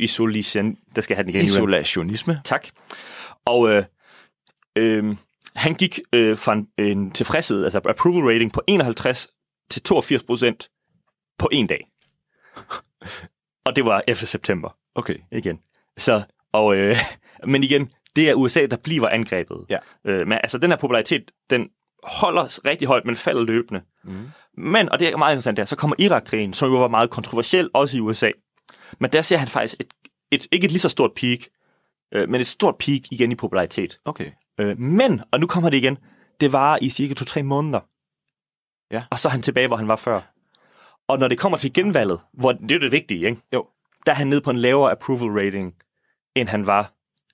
isolationisme. Tak. Og han gik fra en tilfredshed, altså approval rating på 51 til 82% på en dag. Og det var 11. september. Okay. Igen. Men igen, det er USA, der bliver angrebet. Ja. Men altså, den her popularitet, den holder rigtig højt, men falder løbende. Men, og det er meget interessant der, så kommer Irak-krigen, som jo var meget kontroversiel, også i USA. Men der ser han faktisk ikke et lige så stort peak, men et stort peak igen i popularitet. Okay. Men, og nu kommer det igen, det varer i cirka 2-3 måneder. Ja. Og så er han tilbage, hvor han var før. Og når det kommer til genvalget, hvor det er det vigtige, ikke? Jo. Der er han nede på en lavere approval rating, end han var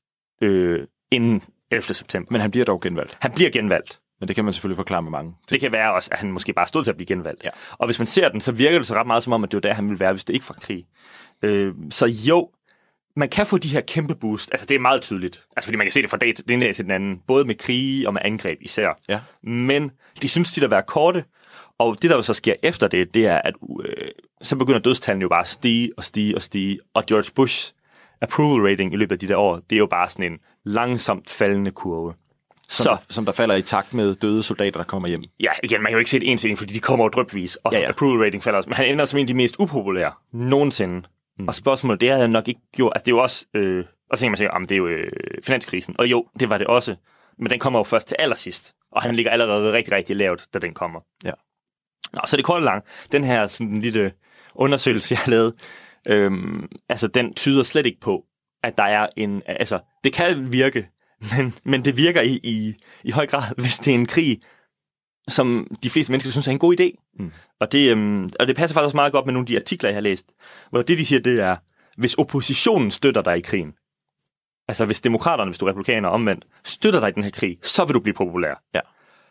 inden 11. september. Men han bliver dog genvalgt. Han bliver genvalgt. Men det kan man selvfølgelig forklare med mange ting. Det kan være også, at han måske bare stod til at blive genvalgt. Ja. Og hvis man ser den, så virker det så ret meget som om, at det var der, han ville være, hvis det ikke var krig. Så jo, man kan få de her kæmpe boost. Altså, det er meget tydeligt. Altså, fordi man kan se det fra dag til den anden. Både med krige og med angreb især. Ja. Men de synes tit at være korte. Og det, der så sker efter det, det er, at så begynder dødstallene jo bare at stige. Og George Bush approval rating i løbet af de der år, det er jo bare sådan en langsomt faldende kurve. Som der falder i takt med døde soldater, der kommer hjem. Ja, igen, man kan jo ikke se det en til en, fordi de kommer jo drypvis, og approval rating falder også. Men han ender som en af de mest upopulære nogensinde. Og spørgsmålet, det har jeg nok ikke gjort. Altså, det er jo også... og så kan man sige, det er jo finanskrisen. Og jo, det var det også. Men den kommer jo først til allersidst. Og han ligger allerede rigtig, rigtig lavt, da den kommer. Ja. Nå, så det korte lang. Den her sådan lille undersøgelse, jeg har lavet, altså, den tyder slet ikke på, at der er en... Altså, det kan virke, men det virker i høj grad, hvis det er en krig, som de fleste mennesker synes er en god idé. Og det passer faktisk også meget godt med nogle af de artikler, jeg har læst, hvor det, de siger, det er, hvis oppositionen støtter dig i krigen, altså hvis demokraterne, hvis du er republikaner omvendt, støtter dig i den her krig, så vil du blive populær. Ja.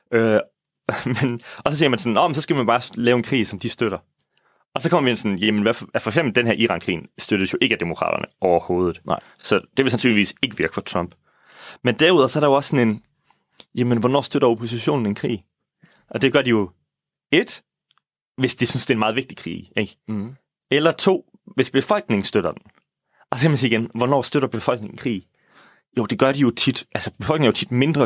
Og så siger man sådan, så skal man bare lave en krig, som de støtter. Og så kommer vi ind sådan, jamen for eksempel den her Iran-krigen støttes jo ikke af demokraterne overhovedet. Nej. Så det vil sandsynligvis ikke virke for Trump. Men derudover så er der jo også sådan en, jamen hvornår støtter oppositionen en krig? Og det gør de jo 1, hvis de synes, det er en meget vigtig krig, ikke? Eller 2, hvis befolkningen støtter den. Og så kan man sige igen, hvornår støtter befolkningen krig? Jo, det gør de jo tit. Altså, befolkningen er jo tit mindre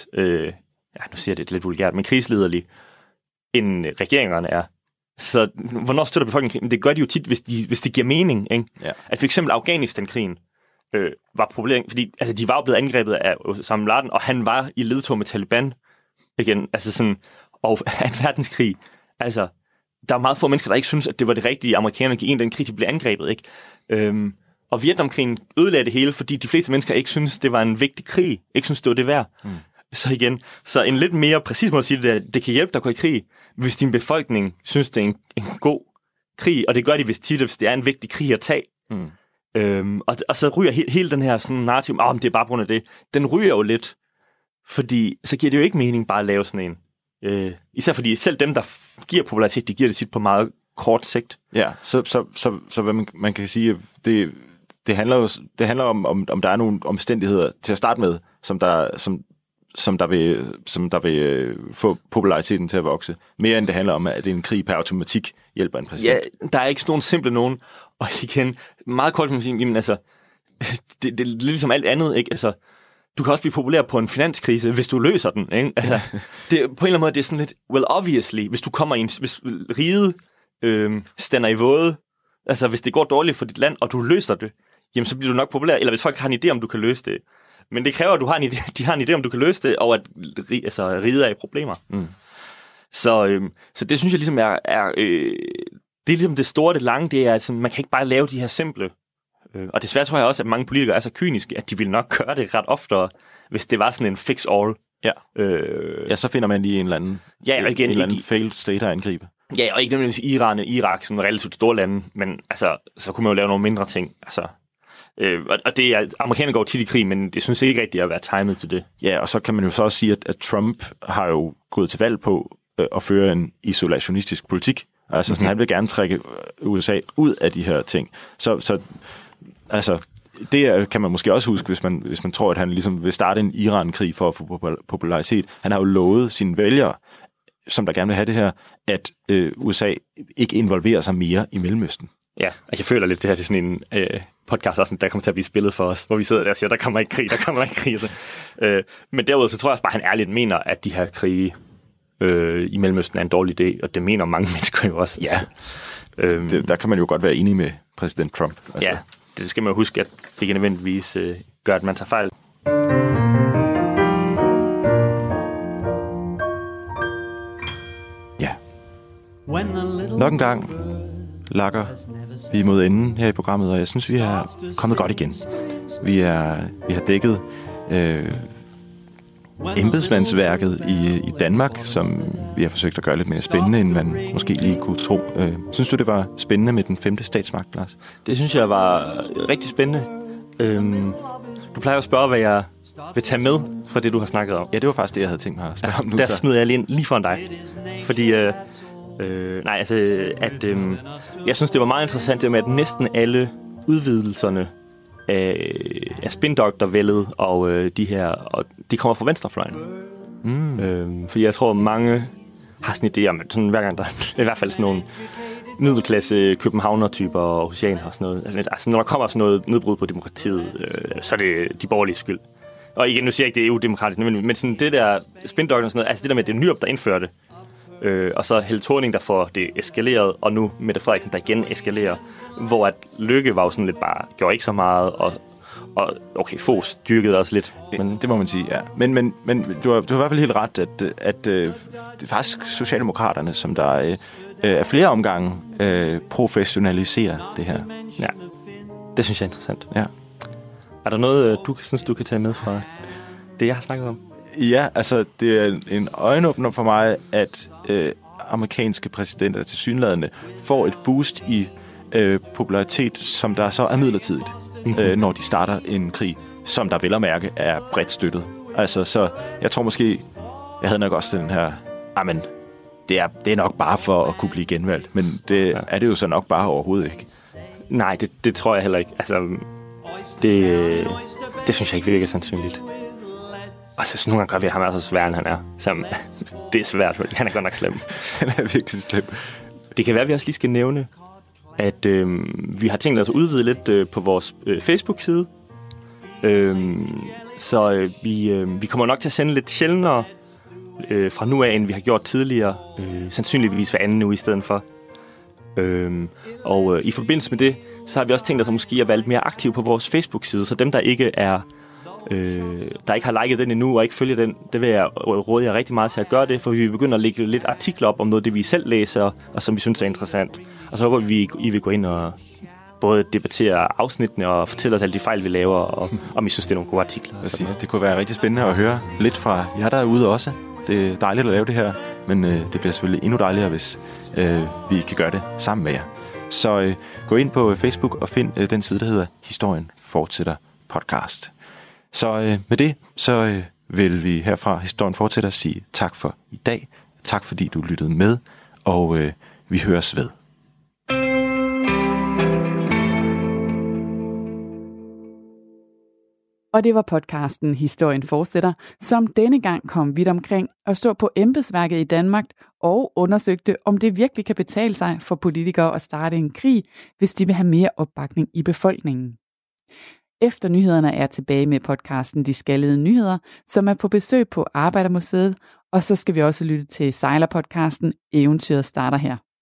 nu siger jeg det lidt vulgært, men krigslederlig, end regeringerne er. Så hvornår støtter befolkningen krig? Det gør de jo tit, hvis det giver mening, ikke? Ja. At for eksempel Afghanistan-krigen var problem, fordi altså, de var jo blevet angrebet af Osama bin Laden, og han var i ledtog med Taliban igen. Altså sådan, og en verdenskrig. Altså, der er meget få mennesker, der ikke synes, at det var det rigtige, amerikanerne gik ind i den krig, de blev angrebet, ikke? Og Vietnamkrigen ødelagde det hele, fordi de fleste mennesker ikke synes, det var en vigtig krig. Ikke synes, det var det værd. Så igen, så en lidt mere præcis måde at sige det, det kan hjælpe dig at gå i krig, hvis din befolkning synes, det er en god krig. Og det gør de hvis det er en vigtig krig at tage. Og så ryger hele den her sådan narrativ, det er bare på grund af det. Den ryger jo lidt, fordi så giver det jo ikke mening bare at lave sådan en. Især fordi selv dem, der giver popularitet, de giver det tit på meget kort sigt. Ja, så hvad man kan sige, det handler om der er nogle omstændigheder til at starte med, som der vil få populariteten til at vokse. Mere end det handler om, at det er en krig per automatik hjælper en præsident. Ja, der er ikke sådan nogen simple nogen. Og igen, meget kort kan man sige, jamen altså, det er ligesom alt andet, ikke? Altså, du kan også blive populær på en finanskrise, hvis du løser den, ikke? Altså, det, på en eller anden måde, det er sådan lidt, well, obviously, hvis du kommer i hvis riget stander i våde, altså hvis det går dårligt for dit land, og du løser det, jamen så bliver du nok populær, eller hvis folk har en idé, om du kan løse det. Men det kræver, at de har en idé, om du kan løse det, og at riget er i problemer. Mm. Så det synes jeg ligesom det er ligesom det store, det lange, det er, altså, man kan ikke bare lave de her simple. Og desværre tror jeg også, at mange politikere er så kyniske, at de vil nok gøre det ret oftere, hvis det var sådan en fix-all. Ja. Ja, så finder man lige en eller anden, en eller anden failed state at angribe. Ja, og ikke nødvendigvis Iran og Irak, sådan relativt store lande, men altså, så kunne man jo lave nogle mindre ting. Altså, og det er, amerikanerne går tit i krig, men det synes jeg ikke rigtigt at være timet til det. Ja, og så kan man jo så også sige, at Trump har jo gået til valg på at føre en isolationistisk politik. Altså, sådan, han vil gerne trække USA ud af de her ting. Så altså, det kan man måske også huske, hvis man tror, at han ligesom vil starte en Iran-krig for at få popularitet. Han har jo lovet sine vælgere, som der gerne vil have det her, at USA ikke involverer sig mere i Mellemøsten. Ja, altså jeg føler lidt, det her til sådan en podcast, også, der kommer til at blive spillet for os, hvor vi sidder der og siger, der kommer ikke krig. Men derudover så tror jeg også bare, at han ærligt mener, at de her krige i Mellemøsten er en dårlig idé, og det mener mange mennesker jo også. Ja, der kan man jo godt være enig med præsident Trump. Altså. Ja, det skal man jo huske, at det ikke nødvendigvis gør, at man tager fejl. Ja. Nok en gang lakker vi mod enden her i programmet, og jeg synes, vi er kommet godt igen. Vi har dækket embedsmandsværket i Danmark, som vi har forsøgt at gøre lidt mere spændende, end man måske lige kunne tro. Synes du, det var spændende med den 5. statsmagt, Lars? Det synes jeg var rigtig spændende. Du plejer at spørge, hvad jeg vil tage med fra det, du har snakket om. Ja, det var faktisk det, jeg havde tænkt mig at spørge om nu. Der smider jeg lige foran dig. Fordi jeg synes, det var meget interessant det med, at næsten alle udvidelserne af spindoktorvældet og de kommer fra venstrefløjen. Fordi jeg tror, mange har sådan en idé om, at sådan, hver gang der er i hvert fald sådan nogle middelklasse københavner-typer og oceaner og sådan noget. Altså, når der kommer sådan noget nedbrud på demokratiet, så er det de borgerlige skyld. Og igen, nu siger jeg ikke, det er EU-demokratisk, men sådan det der spindoktor og sådan noget, altså det der med, det er Nyrup, der indførte og så Helle Thorning, der får det eskaleret, og nu Mette Frederiksen, der igen eskalerer, hvor at Løkke var jo sådan lidt bare, gjorde ikke så meget, og okay, Fogh styrkede også lidt. Men det må man sige, ja. Men du har i hvert fald helt ret, at det er faktisk Socialdemokraterne, som der er flere omgange professionaliserer det her. Ja, det synes jeg er interessant. Ja. Er der noget, du synes, du kan tage med fra det, jeg har snakket om? Ja, altså det er en øjenåbner for mig, at amerikanske præsidenter tilsyneladende får et boost i popularitet, som der så er midlertidigt, når de starter en krig, som der vel at mærke er bredt støttet. Altså, så jeg tror måske, jeg havde nok også den her, amen, det er nok bare for at kunne blive genvalgt, men det er det jo så nok bare overhovedet ikke. Nej, det tror jeg heller ikke. Altså, det synes jeg ikke virker sandsynligt. Og så nogle gange kan vi ham er så svær, end han er. Så, det er svært, han er godt nok slem. Han er virkelig slem. Det kan være, at vi også lige skal nævne, at vi har tænkt os at udvide lidt på vores Facebook-side. Så vi kommer nok til at sende lidt sjældnere fra nu af, end vi har gjort tidligere. Sandsynligvis hver anden uge i stedet for. Og i forbindelse med det, så har vi også tænkt os at måske at være lidt mere aktive på vores Facebook-side. Så dem, der ikke er... der ikke har liket den endnu og ikke følger den, det vil jeg råde jer rigtig meget til at gøre det, for vi begynder at lægge lidt artikler op om noget, det vi selv læser, og som vi synes er interessant. Og så håber vi, I vil gå ind og både debattere afsnittene og fortælle os alle de fejl, vi laver, og om I synes, det er nogle gode artikler. Det kunne være rigtig spændende at høre lidt fra jer derude også. Det er dejligt at lave det her, men det bliver selvfølgelig endnu dejligere, hvis vi kan gøre det sammen med jer. Så gå ind på Facebook og find den side, der hedder Historien Fortsætter Podcast. Så med det, så vil vi herfra Historien Fortsætter sige tak for i dag. Tak fordi du lyttede med, og vi høres ved. Og det var podcasten Historien fortsætter, som denne gang kom vidt omkring og så på embedsværket i Danmark og undersøgte, om det virkelig kan betale sig for politikere at starte en krig, hvis de vil have mere opbakning i befolkningen. Efter nyhederne er jeg tilbage med podcasten De Skaldede Nyheder, som er på besøg på Arbejdermuseet, og så skal vi også lytte til sejlerpodcasten Eventyret starter her.